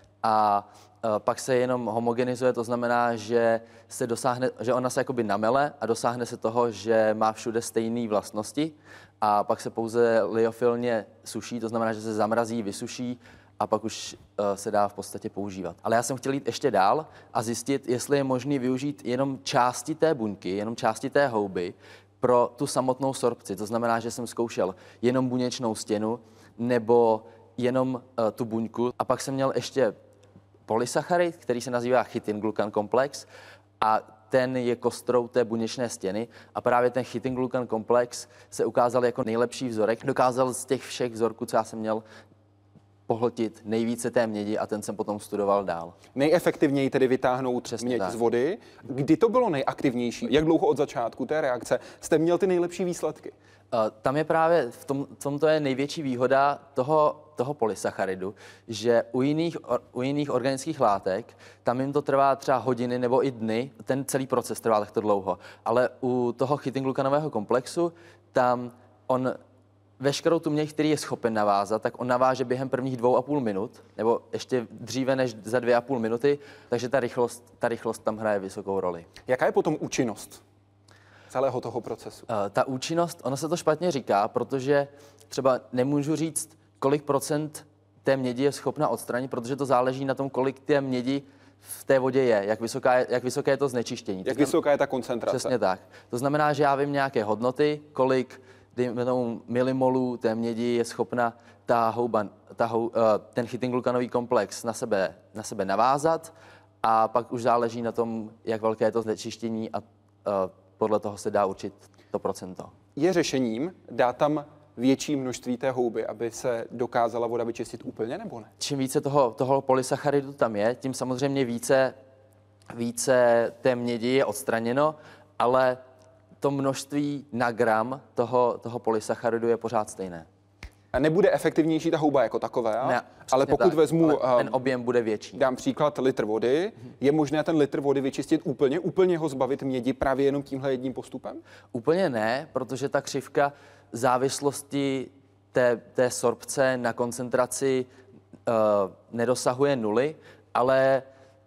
a pak se jenom homogenizuje, to znamená, že ona se jakoby namele a dosáhne se toho, že má všude stejné vlastnosti a pak se pouze liofilně suší, to znamená, že se zamrazí, vysuší a pak už se dá v podstatě používat. Ale já jsem chtěl jít ještě dál a zjistit, jestli je možné využít jenom části té buňky, jenom části té houby pro tu samotnou sorpci. To znamená, že jsem zkoušel jenom buněčnou stěnu nebo jenom tu buňku a pak jsem měl ještě polysacharid, který se nazývá chytinglucan komplex a ten je kostrou té buněčné stěny a právě ten chytinglucan komplex se ukázal jako nejlepší vzorek. Dokázal z těch všech vzorků, co já jsem měl, pohltit nejvíce té mědi a ten jsem potom studoval dál. Nejefektivněji tedy vytáhnout měď z vody. Kdy to bylo nejaktivnější? Jak dlouho od začátku té reakce jste měl ty nejlepší výsledky? Tam je právě, v tomto je největší výhoda toho polysacharidu, že u jiných organických látek, tam jim to trvá třeba hodiny nebo i dny, ten celý proces trvá takto dlouho. Ale u toho chytinglucanového komplexu, tam on veškerou tu měď, který je schopen navázat, tak on naváže během prvních 2,5 minut, nebo ještě dříve než za 2,5 minuty, takže ta rychlost tam hraje vysokou roli. Jaká je potom účinnost celého toho procesu? Ta účinnost, ono se to špatně říká, protože třeba nemůžu říct, kolik procent té mědi je schopna odstranit, protože to záleží na tom, kolik té mědi v té vodě je, jak vysoké je to znečištění. Jak vysoká je ta koncentrace? Přesně tak. To znamená, že já vím nějaké hodnoty, kolik milimolů té mědi je schopna ten chytinglucanový komplex na sebe navázat a pak už záleží na tom, jak velké je to znečištění a podle toho se dá určit to procento. Je řešením dát tam větší množství té houby, aby se dokázala voda vyčistit úplně, nebo ne? Čím více toho polysacharidu tam je, tím samozřejmě více té mědi je odstraněno, ale to množství na gram toho polysacharidu je pořád stejné. A nebude efektivnější ta houba jako taková, ne, ale pokud tak, vezmu... Ale ten objem bude větší. Dám příklad litr vody. Je možné ten litr vody vyčistit úplně ho zbavit mědi právě jenom tímhle jedním postupem? Úplně ne, protože ta křivka závislosti té sorpce na koncentraci nedosahuje nuly, ale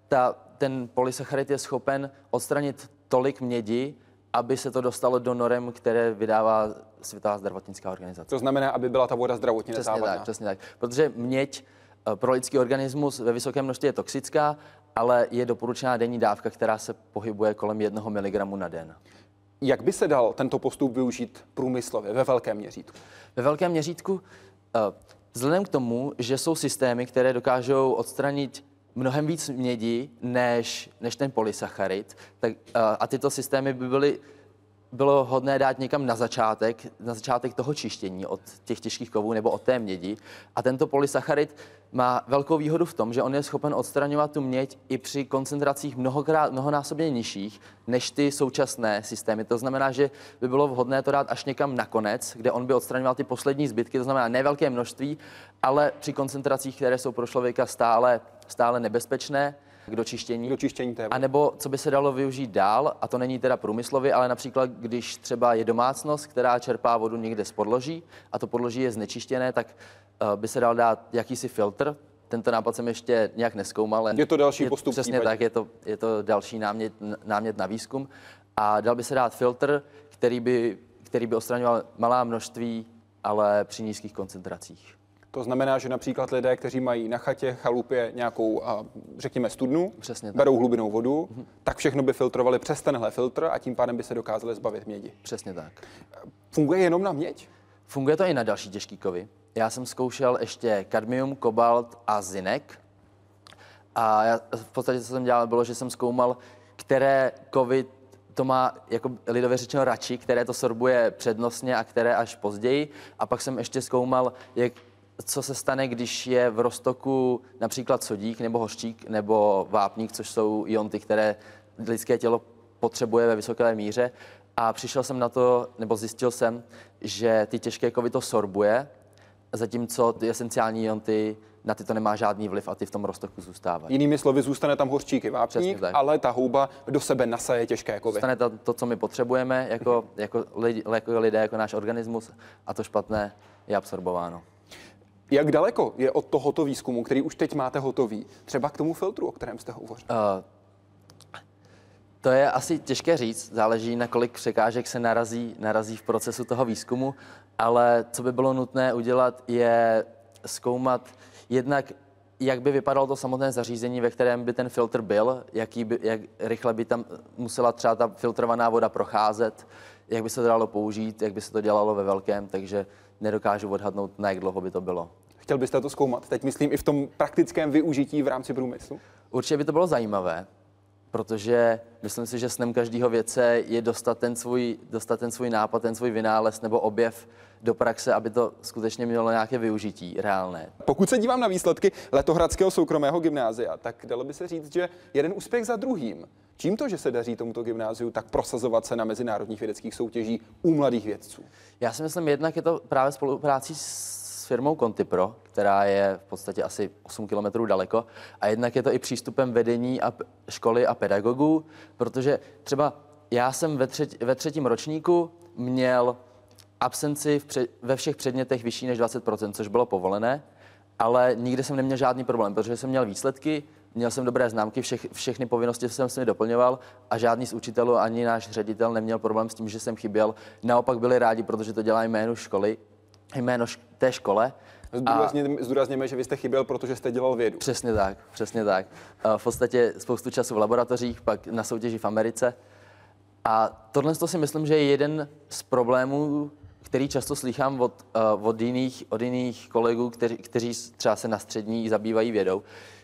ten polysacharid je schopen odstranit tolik mědi, aby se to dostalo do norem, které vydává Světová zdravotnická organizace. To znamená, aby byla ta voda zdravotně nezávadná. Přesně tak. Protože měď pro lidský organismus ve vysokém množství je toxická, ale je doporučená denní dávka, která se pohybuje kolem 1 mg na den. Jak by se dal tento postup využít průmyslově ve velkém měřítku? Ve velkém měřítku, vzhledem k tomu, že jsou systémy, které dokážou odstranit mnohem víc mědi než ten polysacharid, tak, a tyto systémy by bylo hodné dát někam na začátek toho čištění od těch těžkých kovů nebo od té mědi. A tento polysacharid má velkou výhodu v tom, že on je schopen odstraňovat tu měď i při koncentracích mnohonásobně nižších než ty současné systémy. To znamená, že by bylo vhodné to dát až někam na konec, kde on by odstraňoval ty poslední zbytky, to znamená ne velké množství, ale při koncentracích, které jsou pro člověka stále nebezpečné, k dočištění té vody. A nebo co by se dalo využít dál, a to není teda průmyslově, ale například, když třeba je domácnost, která čerpá vodu někde z podloží a to podloží je znečištěné, tak by se dal dát jakýsi filtr. Tento nápad jsem ještě nějak nezkoumal. Je to další postup? Přesně tak, je to další námět na výzkum. A dal by se dát filtr, který by odstraňoval malá množství, ale při nízkých koncentracích. To znamená, že například lidé, kteří mají na chatě, chalupě nějakou, řekněme, studnu, berou hlubinou vodu, tak všechno by filtrovali přes tenhle filtr a tím pádem by se dokázali zbavit mědi. Přesně tak. Funguje jenom na měď? Funguje to i na další těžký kovy. Já jsem zkoušel ještě kadmium, kobalt a zinek. A v podstatě, co jsem dělal, bylo, že jsem zkoumal, které kovy to má, jako lidově řečeno, radši, které to sorbuje přednostně a které až později. A pak jsem ještě zkoumal, co se stane, když je v roztoku například sodík nebo hořčík nebo vápník, což jsou ionty, které lidské tělo potřebuje ve vysoké míře. A přišel jsem na to, nebo zjistil jsem, že ty těžké kovy to sorbuje, zatímco ty esenciální ionty na ty to nemá žádný vliv a ty v tom roztoku zůstávají. Jinými slovy, zůstane tam hořčík i vápník, ale ta houba do sebe nasaje těžké kovy. Zůstane to, co my potřebujeme jako lidé, jako náš organismus, a to špatné je absorbováno. Jak daleko je od tohoto výzkumu, který už teď máte hotový, třeba k tomu filtru, o kterém jste hovořil? To je asi těžké říct, záleží na kolik překážek se narazí v procesu toho výzkumu, ale co by bylo nutné udělat, je zkoumat jednak, jak by vypadalo to samotné zařízení, ve kterém by ten filtr byl, jak rychle by tam musela třeba ta filtrovaná voda procházet, jak by se to dalo použít, jak by se to dělalo ve velkém, takže nedokážu odhadnout, na jak dlouho by to bylo. Chtěl byste to zkoumat? Teď myslím i v tom praktickém využití v rámci průmyslu? Určitě by to bylo zajímavé, protože myslím si, že snem každého vědce je dostat ten svůj nápad, ten svůj vynález nebo objev do praxe, aby to skutečně mělo nějaké využití reálné. Pokud se dívám na výsledky Letohradského soukromého gymnázia, tak dalo by se říct, že jeden úspěch za druhým. Čím to, že se daří tomuto gymnáziu tak prosazovat se na mezinárodních vědeckých soutěžích u mladých vědců? Já si myslím, jednak je to právě spoluprácí s firmou Contipro, která je v podstatě asi 8 kilometrů daleko, a jednak je to i přístupem vedení a školy a pedagogů, protože třeba já jsem ve třetím ročníku měl absenci ve všech předmětech vyšší než 20%, což bylo povolené, ale nikdy jsem neměl žádný problém, protože jsem měl výsledky, měl jsem dobré známky, všechny povinnosti jsem si doplňoval a žádný z učitelů ani náš ředitel neměl problém s tím, že jsem chyběl. Naopak byli rádi, protože to dělá jméno školy, jméno té škole. Zdůrazněme, že vy jste chyběl, protože jste dělal vědu. Přesně tak. V podstatě spoustu času v laboratořích, pak na soutěži v Americe. A tohle si myslím, že je jeden z problémů, který často slýchám od jiných kolegů, kteří třeba se na střední zabývají vědou,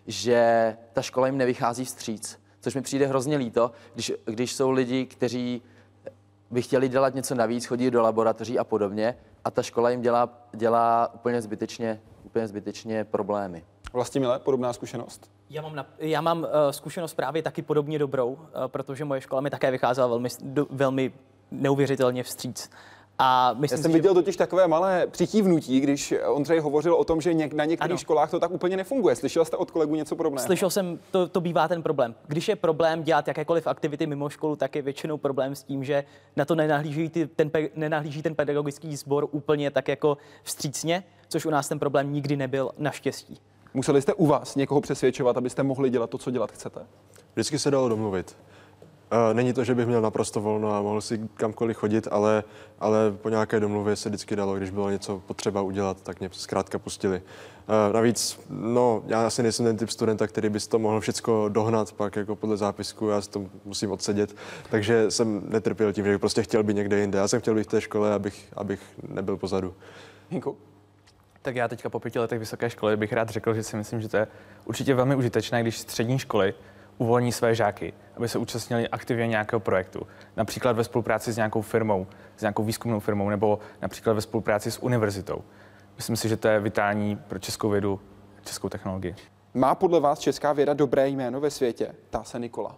že ta škola jim nevychází vstříc. Což mi přijde hrozně líto, když jsou lidi, kteří by chtěli dělat něco navíc, chodí do laboratoří a podobně, a ta škola jim dělá úplně zbytečně problémy. Vlastimile, podobná zkušenost? Já mám zkušenost právě taky podobně dobrou, protože moje škola mi také vycházela velmi neuvěřitelně vstříc. A já jsem viděl totiž takové malé přikývnutí, když Ondřej hovořil o tom, že na některých školách to tak úplně nefunguje. Slyšel jste od kolegů něco podobného? Slyšel jsem, to bývá ten problém. Když je problém dělat jakékoliv aktivity mimo školu, tak je většinou problém s tím, že na to nenahlíží ten pedagogický sbor úplně tak jako vstřícně, což u nás ten problém nikdy nebyl, naštěstí. Museli jste u vás někoho přesvědčovat, abyste mohli dělat to, co dělat chcete? Vždycky se dalo domluvit. Není to, že bych měl naprosto volno a mohl si kamkoliv chodit, ale po nějaké domluvě se vždycky dalo, když bylo něco potřeba udělat, tak mě zkrátka pustili. Navíc, já asi nejsem ten typ studenta, který by to mohl všechno dohnat pak jako podle zápisku, já si to musím odsedět, takže jsem netrpěl tím, že bych prostě chtěl být někde jinde. Já jsem chtěl být v té škole, abych nebyl pozadu. Hinko? Tak já teďka po 5 letech vysoké školy bych rád řekl, že si myslím, že to je určitě velmi užitečné, když střední školy uvolní své žáky, aby se účastnili aktivně nějakého projektu. Například ve spolupráci s nějakou firmou, s nějakou výzkumnou firmou, nebo například ve spolupráci s univerzitou. Myslím si, že to je vitální pro českou vědu, českou technologii. Má podle vás česká věda dobré jméno ve světě? Ptá se Nikola.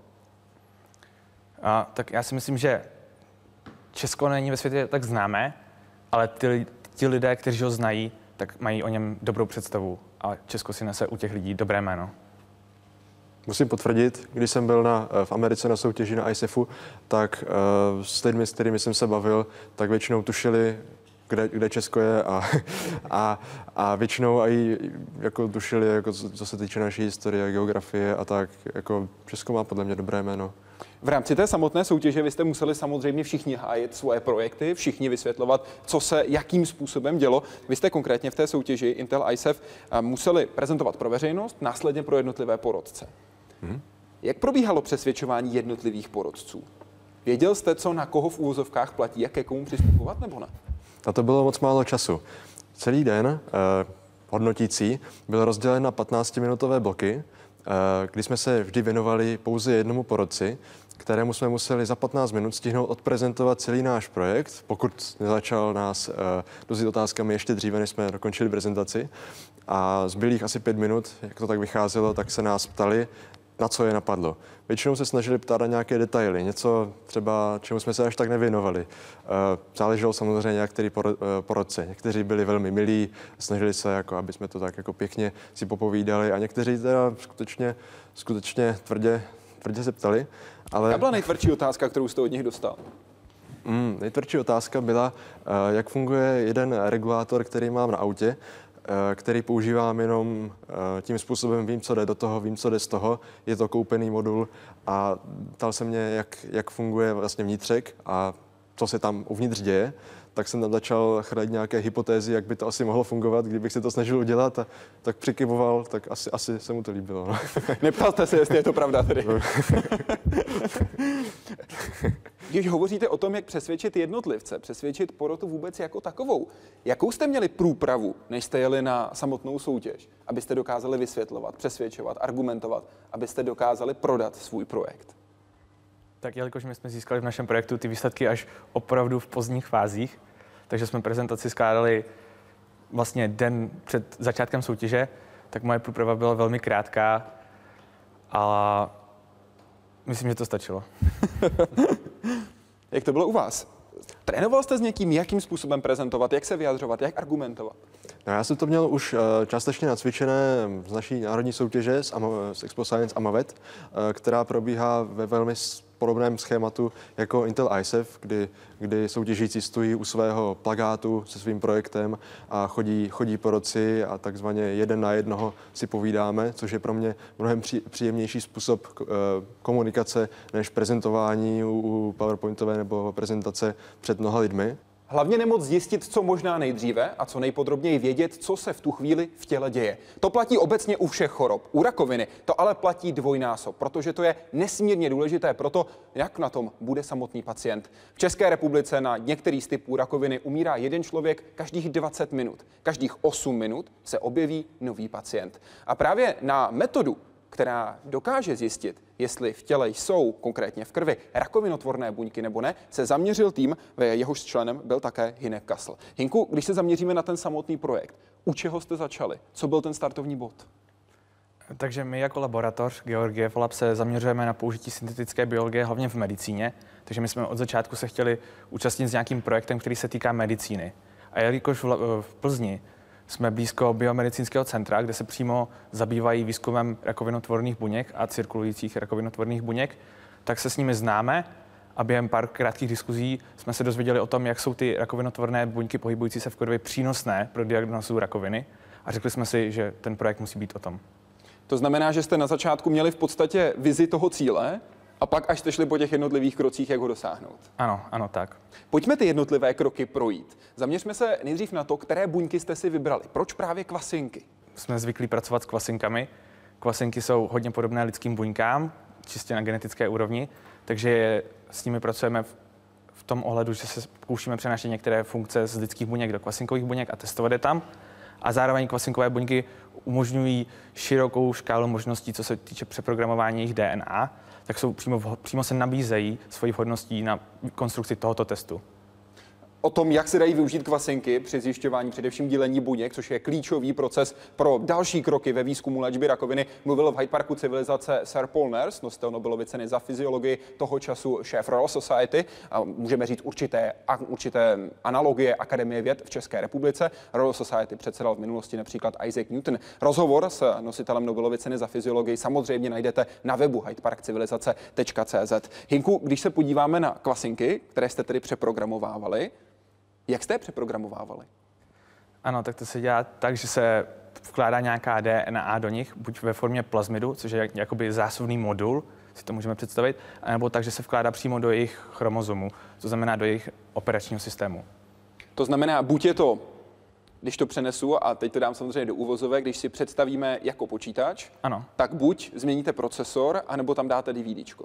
Tak já si myslím, že Česko není ve světě tak známé, ale ti lidé, kteří ho znají, tak mají o něm dobrou představu a Česko si nese u těch lidí dobré jméno. Musím potvrdit, když jsem byl v Americe na soutěži na ISEFu, tak s lidmi, s kterými jsem se bavil, tak většinou tušili, kde Česko je a většinou i jako tušili, jako co se týče naší historie, geografie a tak. Jako Česko má podle mě dobré jméno. V rámci té samotné soutěže vy jste museli samozřejmě všichni hájit svoje projekty, všichni vysvětlovat, co se jakým způsobem dělo. Vy jste konkrétně v té soutěži Intel ISEF museli prezentovat pro veřejnost, následně pro jednotlivé porotce. Jak probíhalo přesvědčování jednotlivých porotců? Věděl jste, co na koho v úvozovkách platí, jak ke komu přistupovat, nebo ne? A to bylo moc málo času. Celý den hodnotící byl rozdělen na 15-minutové bloky, kdy jsme se vždy věnovali pouze jednomu porotci, kterému jsme museli za 15 minut stihnout odprezentovat celý náš projekt, pokud nezačal nás dozít otázkami ještě dříve, než jsme dokončili prezentaci. A zbylých asi 5 minut, jak to tak vycházelo, tak se nás ptali na co je napadlo. Většinou se snažili ptát na nějaké detaily, něco třeba, čemu jsme se až tak nevěnovali. Záleželo samozřejmě některý porodce. Někteří byli velmi milí, snažili se, jako, aby jsme to tak jako pěkně si popovídali a někteří teda skutečně tvrdě se ptali. Ale... Jaká byla nejtvrdší otázka, kterou jste od nich dostal? Nejtvrdší otázka byla, jak funguje jeden regulátor, který mám na autě, který používám jenom tím způsobem, vím, co jde do toho, vím, co jde z toho, je to koupený modul a ptal se mě, jak funguje vlastně vnitřek a co se tam uvnitř děje, tak jsem tam začal chrlit nějaké hypotézy, jak by to asi mohlo fungovat, kdybych se to snažil udělat a tak přikyvoval, tak asi se mu to líbilo. No. Neptal jste se, jestli je to pravda tedy. Když hovoříte o tom, jak přesvědčit jednotlivce, přesvědčit porotu vůbec jako takovou, jakou jste měli průpravu, než jste jeli na samotnou soutěž, abyste dokázali vysvětlovat, přesvědčovat, argumentovat, abyste dokázali prodat svůj projekt? Tak jelikož my jsme získali v našem projektu ty výsledky až opravdu v pozdních fázích, takže jsme prezentaci skládali vlastně den před začátkem soutěže, tak moje průprava byla velmi krátká a myslím, že to stačilo. Jak to bylo u vás? Trénoval jste s někým, jakým způsobem prezentovat, jak se vyjadřovat, jak argumentovat? No, já jsem to měl už částečně nacvičené z naší národní soutěže z Expo Science Amavet, která probíhá ve velmi podobném schématu jako Intel ISEF, kdy soutěžící stojí u svého plakátu se svým projektem a chodí poroci a takzvaně jeden na jednoho si povídáme, což je pro mě mnohem příjemnější způsob komunikace než prezentování u PowerPointové nebo prezentace před mnoha lidmi. Hlavně nemoc zjistit, co možná nejdříve a co nejpodrobněji vědět, co se v tu chvíli v těle děje. To platí obecně u všech chorob. U rakoviny to ale platí dvojnásob, protože to je nesmírně důležité pro to, jak na tom bude samotný pacient. V České republice na některý z typů rakoviny umírá jeden člověk každých 20 minut. Každých 8 minut se objeví nový pacient. A právě na metodu, která dokáže zjistit, jestli v těle jsou, konkrétně v krvi, rakovinotvorné buňky nebo ne, se zaměřil tým, ve jehož členem byl také Hinek Kassel. Hinku, když se zaměříme na ten samotný projekt, u čeho jste začali? Co byl ten startovní bod? Takže my jako laboratoř Georgiev Lab se zaměřujeme na použití syntetické biologie hlavně v medicíně, takže my jsme od začátku se chtěli účastnit s nějakým projektem, který se týká medicíny. A jelikož v Plzni jsme blízko biomedicínského centra, kde se přímo zabývají výzkumem rakovinotvorných buněk a cirkulujících rakovinotvorných buněk, tak se s nimi známe a během pár krátkých diskuzí jsme se dozvěděli o tom, jak jsou ty rakovinotvorné buňky pohybující se v krvi přínosné pro diagnózu rakoviny a řekli jsme si, že ten projekt musí být o tom. To znamená, že jste na začátku měli v podstatě vizi toho cíle a pak až jste šli po těch jednotlivých krocích, jak ho dosáhnout. Ano, tak. Pojďme ty jednotlivé kroky projít. Zaměřme se nejdřív na to, které buňky jste si vybrali. Proč právě kvasinky? Jsme zvyklí pracovat s kvasinkami. Kvasinky jsou hodně podobné lidským buňkám, čistě na genetické úrovni, takže s nimi pracujeme v tom ohledu, že se pokoušíme přenášet některé funkce z lidských buněk do kvasinkových buněk a testovat je tam. A zároveň kvasinkové buňky umožňují širokou škálu možností, co se týče přeprogramování jejich DNA, tak přímo se nabízejí svojí vhodností na konstrukci tohoto testu. O tom, jak se dají využít kvasinky při zjišťování především dělení buněk, což je klíčový proces pro další kroky ve výzkumu léčby rakoviny, mluvil v Hyde Parku civilizace Sir Paul Nurse, nositel Nobelovy ceny za fyziologii, toho času šéf Royal Society, a můžeme říct určité analogie Akademie věd v České republice. Royal Society předsedal v minulosti například Isaac Newton. Rozhovor s nositelem Nobelovy ceny za fyziologii samozřejmě najdete na webu hydeparkcivilizace.cz. Hinku, když se podíváme na kvasinky, které jste tedy přeprogramovávali, jak jste je přeprogramovávali? Ano, tak to se dělá tak, že se vkládá nějaká DNA do nich, buď ve formě plazmidu, což je jakoby zásobný modul, si to můžeme představit, anebo tak, že se vkládá přímo do jejich chromozomů, to znamená do jejich operačního systému. To znamená, buď je to, když to přenesu, a teď to dám samozřejmě do uvozovek, když si představíme jako počítač, ano, tak buď změníte procesor, anebo tam dáte DVDčko.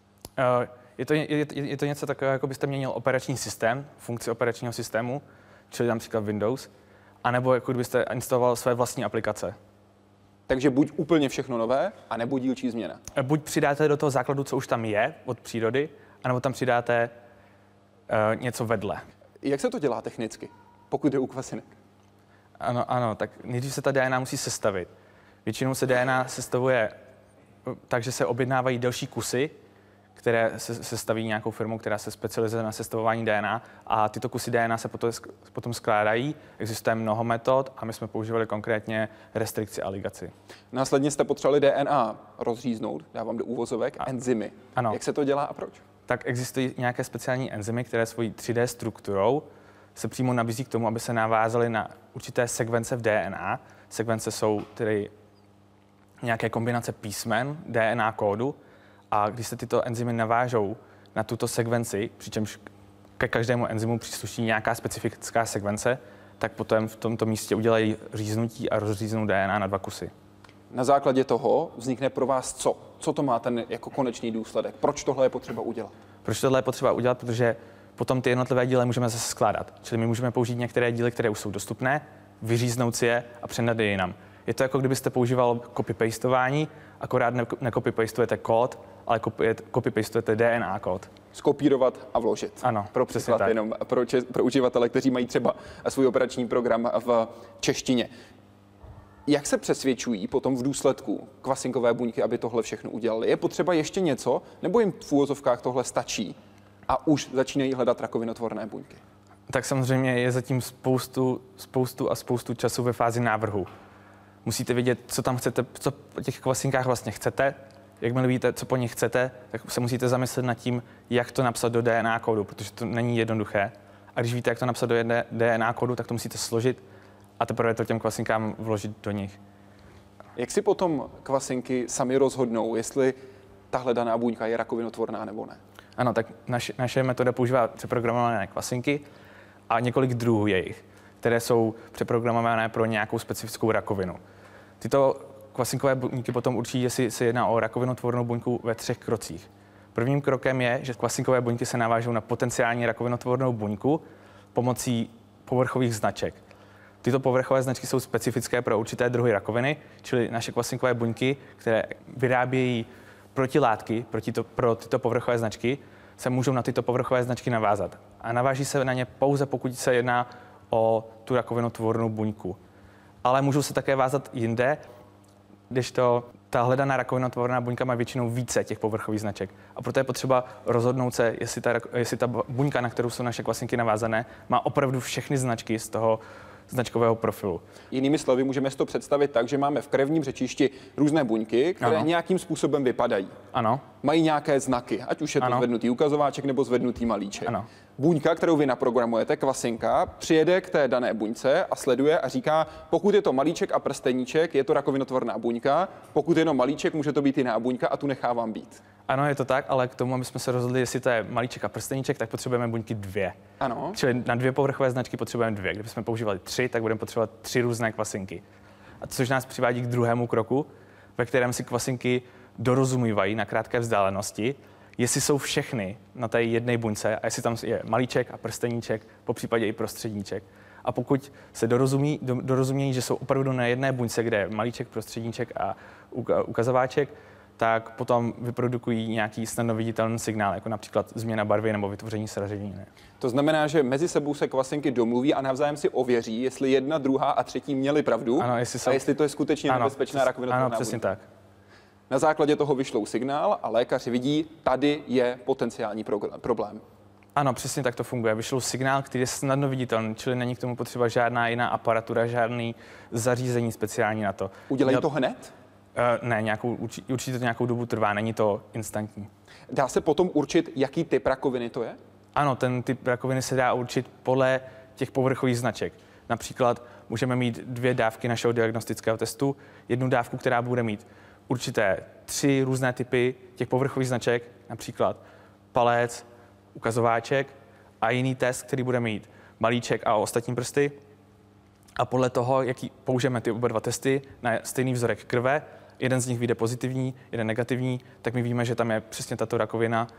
Je to něco takového, jako byste měnil operační systém, funkci operačního systému, čili například Windows, anebo jako kdybyste instaloval své vlastní aplikace. Takže buď úplně všechno nové, anebo dílčí změna. Buď přidáte do toho základu, co už tam je od přírody, anebo tam přidáte něco vedle. Jak se to dělá technicky, pokud jde u kvasinek? Ano, tak nejdřív se ta DNA musí sestavit. Většinou se DNA sestavuje takže se objednávají delší kusy, které se staví nějakou firmou, která se specializuje na sestavování DNA a tyto kusy DNA se potom skládají. Existuje mnoho metod a my jsme používali konkrétně restrikci a ligaci. Následně jste potřebovali DNA rozříznout, dávám do úvozovek, enzymy. Ano. Jak se to dělá a proč? Tak existují nějaké speciální enzymy, které svojí 3D strukturou se přímo nabízí k tomu, aby se navázaly na určité sekvence v DNA. Sekvence jsou tedy nějaké kombinace písmen DNA kódu a když se tyto enzymy navážou na tuto sekvenci, přičemž ke každému enzymu přísluší nějaká specifická sekvence, tak potom v tomto místě udělají říznutí a rozříznou DNA na 2 kusy. Na základě toho vznikne pro vás co? Co to má ten jako konečný důsledek? Proč tohle je potřeba udělat? Proč tohle je potřeba udělat? Protože potom ty jednotlivé díly můžeme zase skládat. Čili my můžeme použít některé díly, které už jsou dostupné, vyříznout si je a předat je jinam. Je to jako kdybyste používal copy-pastování, akorát necopy-pastujete kód, ale copy-pastujete DNA kód. Skopírovat a vložit. Ano, pro přesně příklad tak. jenom pro uživatele, kteří mají třeba svůj operační program v češtině. Jak se přesvědčují potom v důsledku kvasinkové buňky, aby tohle všechno udělali? Je potřeba ještě něco, nebo jim v úvozovkách tohle stačí a už začínají hledat rakovinotvorné buňky? Tak samozřejmě je zatím spoustu času ve fázi návrhu. Musíte vědět, co tam chcete, co po těch kvasinkách vlastně chcete. Jakmile víte, co po nich chcete, tak se musíte zamyslet nad tím, jak to napsat do DNA kódu, protože to není jednoduché. A když víte, jak to napsat do DNA kódu, tak to musíte složit a teprve to těm kvasinkám vložit do nich. Jak si potom kvasinky sami rozhodnou, jestli tahle daná buňka je rakovinotvorná nebo ne? Ano, tak naše metoda používá přeprogramované kvasinky a několik druhů jejich, které jsou přeprogramované pro nějakou specifickou rakovinu. Tyto kvasinkové buňky potom určí, jestli se jedná o rakovinotvornou buňku ve 3 krocích. Prvním krokem je, že kvasinkové buňky se navážou na potenciální rakovinotvornou buňku pomocí povrchových značek. Tyto povrchové značky jsou specifické pro určité druhy rakoviny, čili naše kvasinkové buňky, které vyrábějí protilátky pro tyto povrchové značky, se můžou na tyto povrchové značky navázat. A naváží se na ně pouze, pokud se jedná o tu rakovinotvornou buňku. Ale můžou se také vázat jinde, kdežto ta hledaná rakovinotvorná buňka má většinou více těch povrchových značek. A proto je potřeba rozhodnout se, jestli ta buňka, na kterou jsou naše kvasinky navázané, má opravdu všechny značky z toho značkového profilu. Jinými slovy, můžeme si to představit tak, že máme v krevním řečišti různé buňky, které nějakým způsobem vypadají. Ano. Mají nějaké znaky, ať už je to zvednutý ukazováček nebo zvednutý malíček. Ano. Buňka, kterou vy naprogramujete, kvasinka, přijede k té dané buňce a sleduje a říká, pokud je to malíček a prsteníček, je to rakovinotvorná buňka, pokud je jenom malíček, může to být jiná buňka a tu nechávám být. Ano, je to tak, ale k tomu, aby jsme se rozhodli, jestli to je malíček a prsteníček, tak potřebujeme buňky 2. Ano. Čili na 2 povrchové značky potřebujeme 2. Kdybychom používali 3, tak budeme potřebovat 3 různé kvasinky. A což nás přivádí k druhému kroku, ve kterém si kvasinky dorozumívají na krátké vzdálenosti, jestli jsou všechny na té jedné buňce a jestli tam je malíček a prsteníček, popřípadě i prostředníček. A pokud se dorozumějí, že jsou opravdu na jedné buňce, kde je malíček, prostředníček a ukazováček, tak potom vyprodukují nějaký snadno viditelný signál, jako například změna barvy nebo vytvoření sraženiny. To znamená, že mezi sebou se kvasinky domluví a navzájem si ověří, jestli jedna, druhá a třetí měli pravdu, ano, jestli to je skutečně nebezpečná rakovinotvorná buňka. Ano, přesně tak. Na základě toho vyšlou signál a lékaři vidí, tady je potenciální problém. Ano, přesně tak to funguje. Vyšlou signál, který je snadno viditelný, čili není k tomu potřeba žádná jiná aparatura, žádný zařízení speciální na to. Udělají to hned? Ne, určitě to nějakou dobu trvá, není to instantní. Dá se potom určit, jaký typ rakoviny to je? Ano, ten typ rakoviny se dá určit podle těch povrchových značek. Například můžeme mít 2 dávky našeho diagnostického testu, jednu dávku, která bude mít určité 3 různé typy těch povrchových značek, například palec, ukazováček a jiný test, který bude mít malíček a ostatní prsty. A podle toho, jaký použijeme ty oba 2 testy na stejný vzorek krve, jeden z nich vyjde pozitivní, jeden negativní, tak my víme, že tam je přesně tato rakovina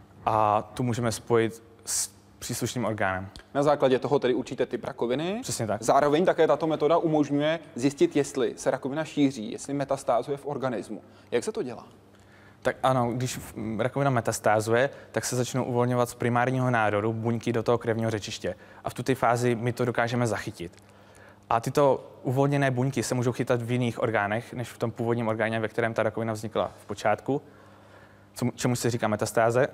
a tu můžeme spojit s příslušným orgánem. Na základě toho tedy určíte typ rakoviny. Přesně tak. Zároveň také tato metoda umožňuje zjistit, jestli se rakovina šíří, jestli metastázuje v organismu. Jak se to dělá? Tak ano, když rakovina metastázuje, tak se začnou uvolňovat z primárního nádoru buňky do toho krevního řečiště. A v tuto fázi my to dokážeme zachytit. A tyto uvolněné buňky se můžou chytat v jiných orgánech, než v tom původním orgáně, ve kterém ta rakovina vznikla v počátku, čemu se říká metastáze.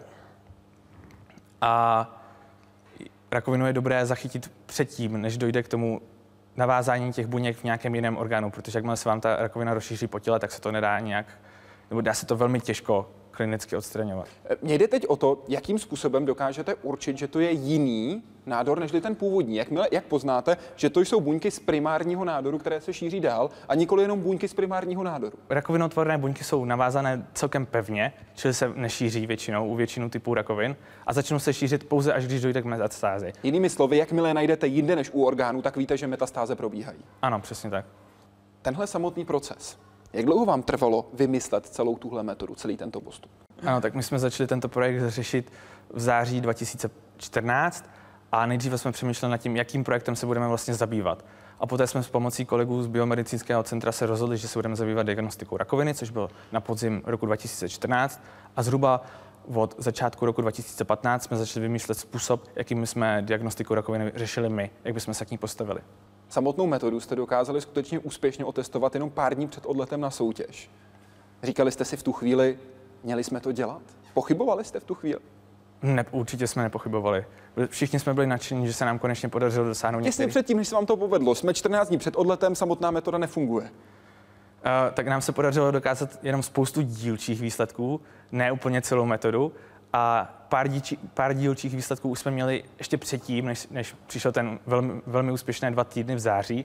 A rakovinu je dobré zachytit předtím, než dojde k tomu navázání těch buněk v nějakém jiném orgánu, protože jakmile se vám ta rakovina rozšíří po těle, tak se to nedá nějak, nebo dá se to velmi těžko klinicky odstraňovat. Mně jde teď o to, jakým způsobem dokážete určit, že to je jiný nádor, nežli ten původní. Jak poznáte, že to jsou buňky z primárního nádoru, které se šíří dál, a nikoli jenom buňky z primárního nádoru? Rakovinotvorné buňky jsou navázané celkem pevně, čili se nešíří většinou u většinu typů rakovin a začnou se šířit pouze, až když dojde k metastázi. Jinými slovy, jakmile najdete jinde než u orgánů, tak víte, že metastáze probíhají. Ano, přesně tak. Tenhle samotný proces. Jak dlouho vám trvalo vymyslet celou tuhle metodu, celý tento postup? Ano, tak my jsme začali tento projekt řešit v září 2014 a nejdříve jsme přemýšleli nad tím, jakým projektem se budeme vlastně zabývat. A poté jsme s pomocí kolegů z Biomedicínského centra se rozhodli, že se budeme zabývat diagnostikou rakoviny, což bylo na podzim roku 2014 a zhruba od začátku roku 2015 jsme začali vymýšlet způsob, jakým jsme diagnostiku rakoviny řešili my, jak bychom se k ní postavili. Samotnou metodu jste dokázali skutečně úspěšně otestovat jenom pár dní před odletem na soutěž. Říkali jste si v tu chvíli, měli jsme to dělat? Pochybovali jste v tu chvíli? Ne, určitě jsme nepochybovali. Všichni jsme byli nadšení, že se nám konečně podařilo dosáhnout Těsně předtím, než se vám to povedlo, jsme 14 dní před odletem, samotná metoda nefunguje. Tak nám se podařilo dokázat jenom spoustu dílčích výsledků, ne úplně celou metodu. A pár dílčích výsledků už jsme měli ještě předtím, než přišel ten velmi úspěšné 2 týdny v září.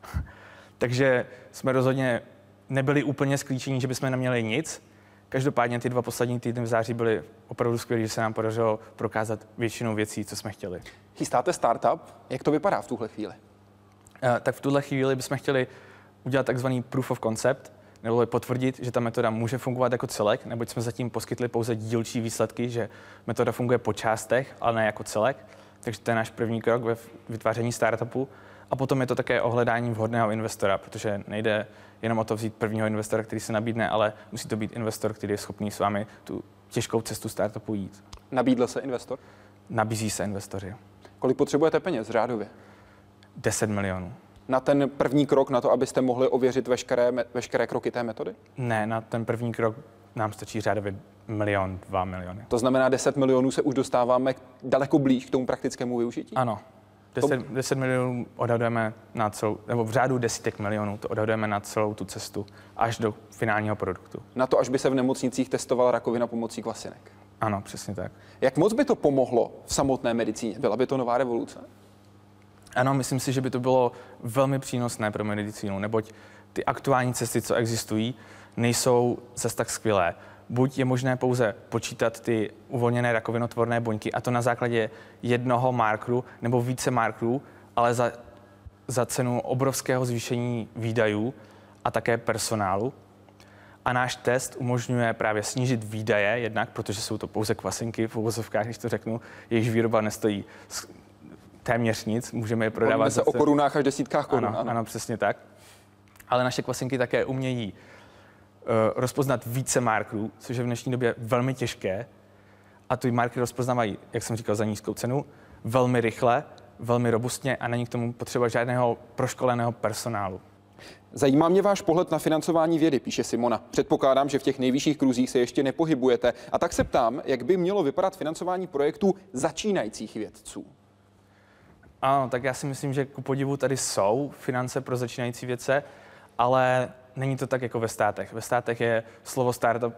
Takže jsme rozhodně nebyli úplně sklíčení, že bychom neměli nic. Každopádně ty 2 poslední týdny v září byly opravdu skvělé, že se nám podařilo prokázat většinu věcí, co jsme chtěli. Chystáte startup? Jak to vypadá v tuhle chvíli? Tak v tuhle chvíli bychom chtěli udělat takzvaný proof of concept, nebo potvrdit, že ta metoda může fungovat jako celek, neboť jsme zatím poskytli pouze dílčí výsledky, že metoda funguje po částech, ale ne jako celek. Takže to je náš první krok ve vytváření startupu. A potom je to také o hledání vhodného investora, protože nejde jenom o to vzít prvního investora, který se nabídne, ale musí to být investor, který je schopný s vámi tu těžkou cestu startupu jít. Nabídl se investor? Nabízí se investoři. Kolik potřebujete peněz řádově? 10 milionů. Na ten první krok, na to, abyste mohli ověřit veškeré kroky té metody? Ne, na ten první krok nám stačí řádově 1 milion, 2 miliony. To znamená, 10 milionů se už dostáváme daleko blíž k tomu praktickému využití? Ano. 10 milionů odhadujeme na celou, nebo v řádu desítek milionů to odhadujeme na celou tu cestu až do finálního produktu. Na to, až by se v nemocnicích testovala rakovina pomocí kvasinek. Ano, přesně tak. Jak moc by to pomohlo v samotné medicíně? Byla by to nová revoluce? Ano, myslím si, že by to bylo velmi přínosné pro medicínu, neboť ty aktuální cesty, co existují, nejsou zas tak skvělé. Buď je možné pouze počítat ty uvolněné rakovinotvorné buňky, a to na základě jednoho markeru nebo více markerů, ale za cenu obrovského zvýšení výdajů a také personálu. A náš test umožňuje právě snížit výdaje jednak, protože jsou to pouze kvasinky v uvozovkách, když to řeknu, jejichž výroba nestojí téměř nic, můžeme je prodávat. Bavíme se o korunách až desítkách korun. Ano, přesně tak. Ale naše kvasinky také umějí rozpoznat více markerů, což je v dnešní době velmi těžké. A ty markery rozpoznávají, jak jsem říkal, za nízkou cenu, velmi rychle, velmi robustně a není k tomu potřeba žádného proškoleného personálu. Zajímá mě váš pohled na financování vědy, píše Simona. Předpokládám, že v těch nejvyšších kruzích se ještě nepohybujete. A tak se ptám, jak by mělo vypadat financování projektů začínajících vědců? Ano, tak já si myslím, že ku podivu tady jsou finance pro začínající vědce, ale není to tak jako ve státech. Ve státech je slovo startup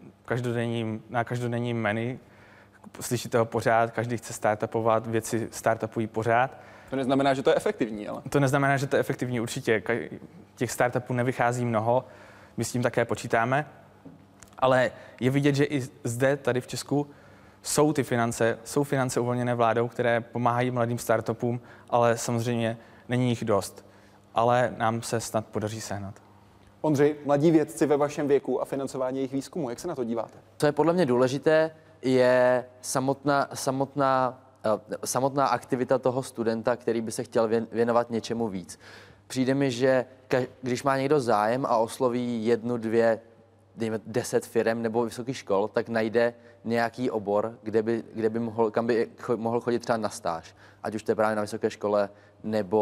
na každodenním menu. Slyšíte ho pořád, každý chce startupovat, věci startupují pořád. To neznamená, že to je efektivní, ale... To neznamená, že to je efektivní, určitě. Těch startupů nevychází mnoho, my s tím také počítáme, ale je vidět, že i zde, tady v Česku, jsou finance uvolněné vládou, které pomáhají mladým startupům, ale samozřejmě není jich dost. Ale nám se snad podaří sehnat. Ondřej, mladí vědci ve vašem věku a financování jejich výzkumu, jak se na to díváte? Co je podle mě důležité, je samotná aktivita toho studenta, který by se chtěl věnovat něčemu víc. Přijde mi, že když má někdo zájem a osloví 1, 2, dejme 10 firem nebo vysokých škol, tak najde nějaký obor, kam by mohl chodit třeba na stáž. Ať už to je právě na vysoké škole nebo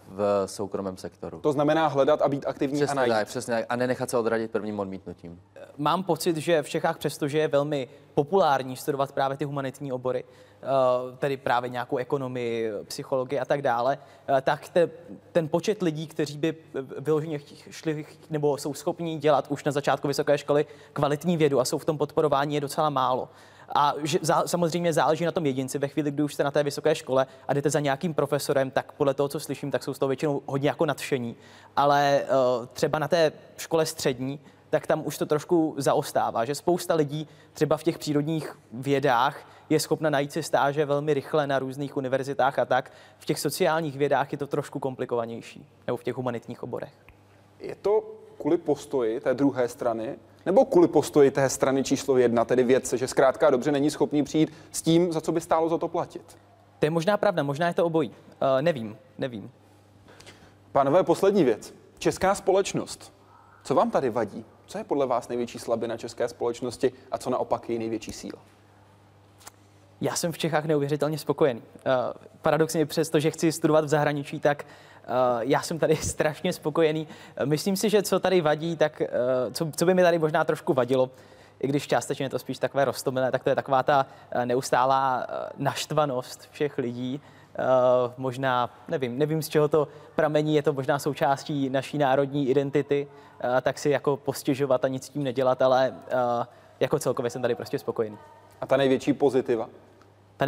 v soukromém sektoru. To znamená hledat a být aktivní a najít. Přesně tak. A nenechat se odradit prvním odmítnutím. Mám pocit, že v Čechách, přestože je velmi populární studovat právě ty humanitní obory, tedy právě nějakou ekonomii, psychologii a tak dále, tak ten počet lidí, kteří by vyloženě šli nebo jsou schopní dělat už na začátku vysoké školy kvalitní vědu a jsou v tom podporování, je docela málo. A samozřejmě záleží na tom jedinci. Ve chvíli, kdy už jste na té vysoké škole a jdete za nějakým profesorem, tak podle toho, co slyším, tak jsou z toho většinou hodně jako nadšení. Ale třeba na té škole střední, tak tam už to trošku zaostává, že spousta lidí třeba v těch přírodních vědách je schopna najít si stáže velmi rychle na různých univerzitách a tak. V těch sociálních vědách je to trošku komplikovanější, nebo v těch humanitních oborech. Je to kvůli postoji té druhé strany, nebo kvůli postoji té strany číslo 1, tedy vědce, že zkrátka dobře není schopný přijít s tím, za co by stálo za to platit? To je možná pravda, možná je to obojí. Nevím. Pánové, poslední věc. Česká společnost. Co vám tady vadí? Co je podle vás největší slabina české společnosti a co naopak je největší síla? Já jsem v Čechách neuvěřitelně spokojený. Paradoxně přesto, že chci studovat v zahraničí, tak já jsem tady strašně spokojený. Myslím si, že co tady vadí, tak co by mi tady možná trošku vadilo, i když částečně je to spíš takové roztomilé, tak to je taková ta neustálá naštvanost všech lidí. Možná, nevím, z čeho to pramení, je to možná součástí naší národní identity, tak si jako postěžovat a nic s tím nedělat, ale jako celkově jsem tady prostě spokojený. A ta největší pozitiva? Ta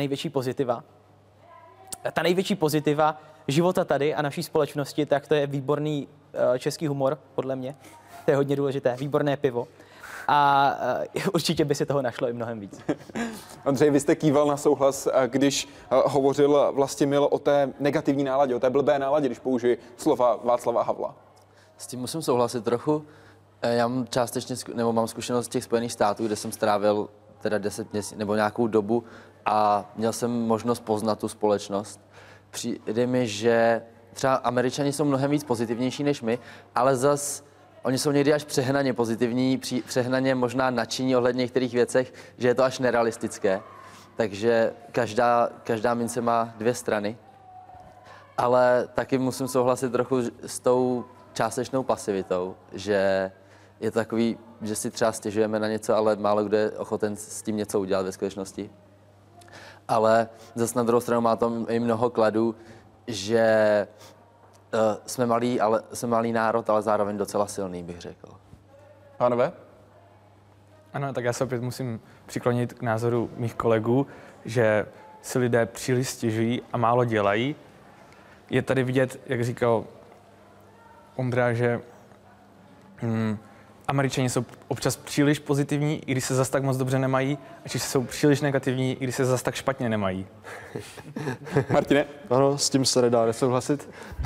největší pozitiva života tady a naší společnosti, tak to je výborný český humor, podle mě. To je hodně důležité. Výborné pivo. A určitě by si toho našlo i mnohem víc. Ondřej, vy jste kýval na souhlas, když hovořil Vlastimil o té negativní náladě, o té blbé náladě, když použiji slova Václava Havla. S tím musím souhlasit trochu. Já mám částečně, nebo mám zkušenost z těch Spojených států, kde jsem strávil teda 10 měsíců nebo nějakou dobu a měl jsem možnost poznat tu společnost. Přijde mi, že třeba Američani jsou mnohem víc pozitivnější než my, ale zas oni jsou někdy až přehnaně pozitivní, přehnaně možná nadšení ohledně některých věcech, že je to až nerealistické. Takže každá mince má dvě strany. Ale taky musím souhlasit trochu s tou částečnou pasivitou, že je to takový, že si třeba stěžujeme na něco, ale málo kdo je ochoten s tím něco udělat ve skutečnosti. Ale zase na druhou stranu má to i mnoho kladů, že jsme malý národ, ale zároveň docela silný, bych řekl. Pánové? Ano, tak já se opět musím přiklonit k názoru mých kolegů, že si lidé příliš stěžují a málo dělají. Je tady vidět, jak říkal Ondra, že Američani jsou občas příliš pozitivní, i když se zas tak moc dobře nemají, a Češi jsou příliš negativní, i když se zas tak špatně nemají. Martine? Ano, s tím se nedá nesouhlasit.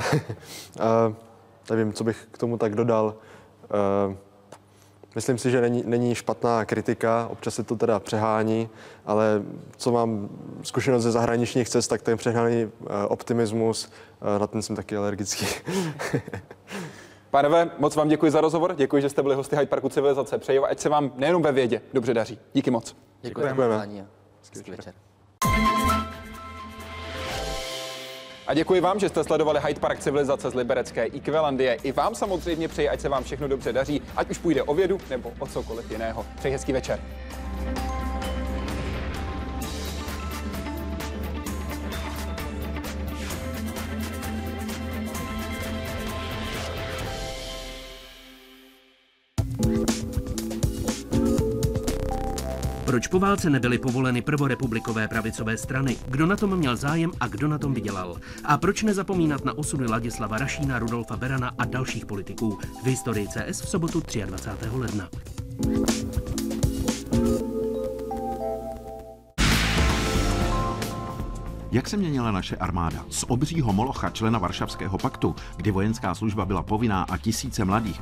Nevím, co bych k tomu tak dodal. Myslím si, že není špatná kritika, občas se to teda přehání, ale co mám zkušenost ze zahraničních cest, tak ten přehnaný optimismus, na ten jsem taky alergický. Pánové, moc vám děkuji za rozhovor, děkuji, že jste byli hosty Hyde Parku Civilizace. Přeji, ať se vám nejenom ve vědě dobře daří. Díky moc. Děkujeme. Hezký večer. A děkuji vám, že jste sledovali Hyde Park Civilizace z liberecké Ikvelandie. I vám samozřejmě přeji, ať se vám všechno dobře daří, ať už půjde o vědu nebo o cokoliv jiného. Přeji hezký večer. Proč po válce nebyly povoleny prvorepublikové pravicové strany? Kdo na tom měl zájem a kdo na tom vydělal? A proč nezapomínat na osudy Ladislava Rašína, Rudolfa Berana a dalších politiků? V Historii CS v sobotu 23. ledna. Jak se měnila naše armáda? Z obřího molocha, člena Varšavského paktu, kdy vojenská služba byla povinná a tisíce mladých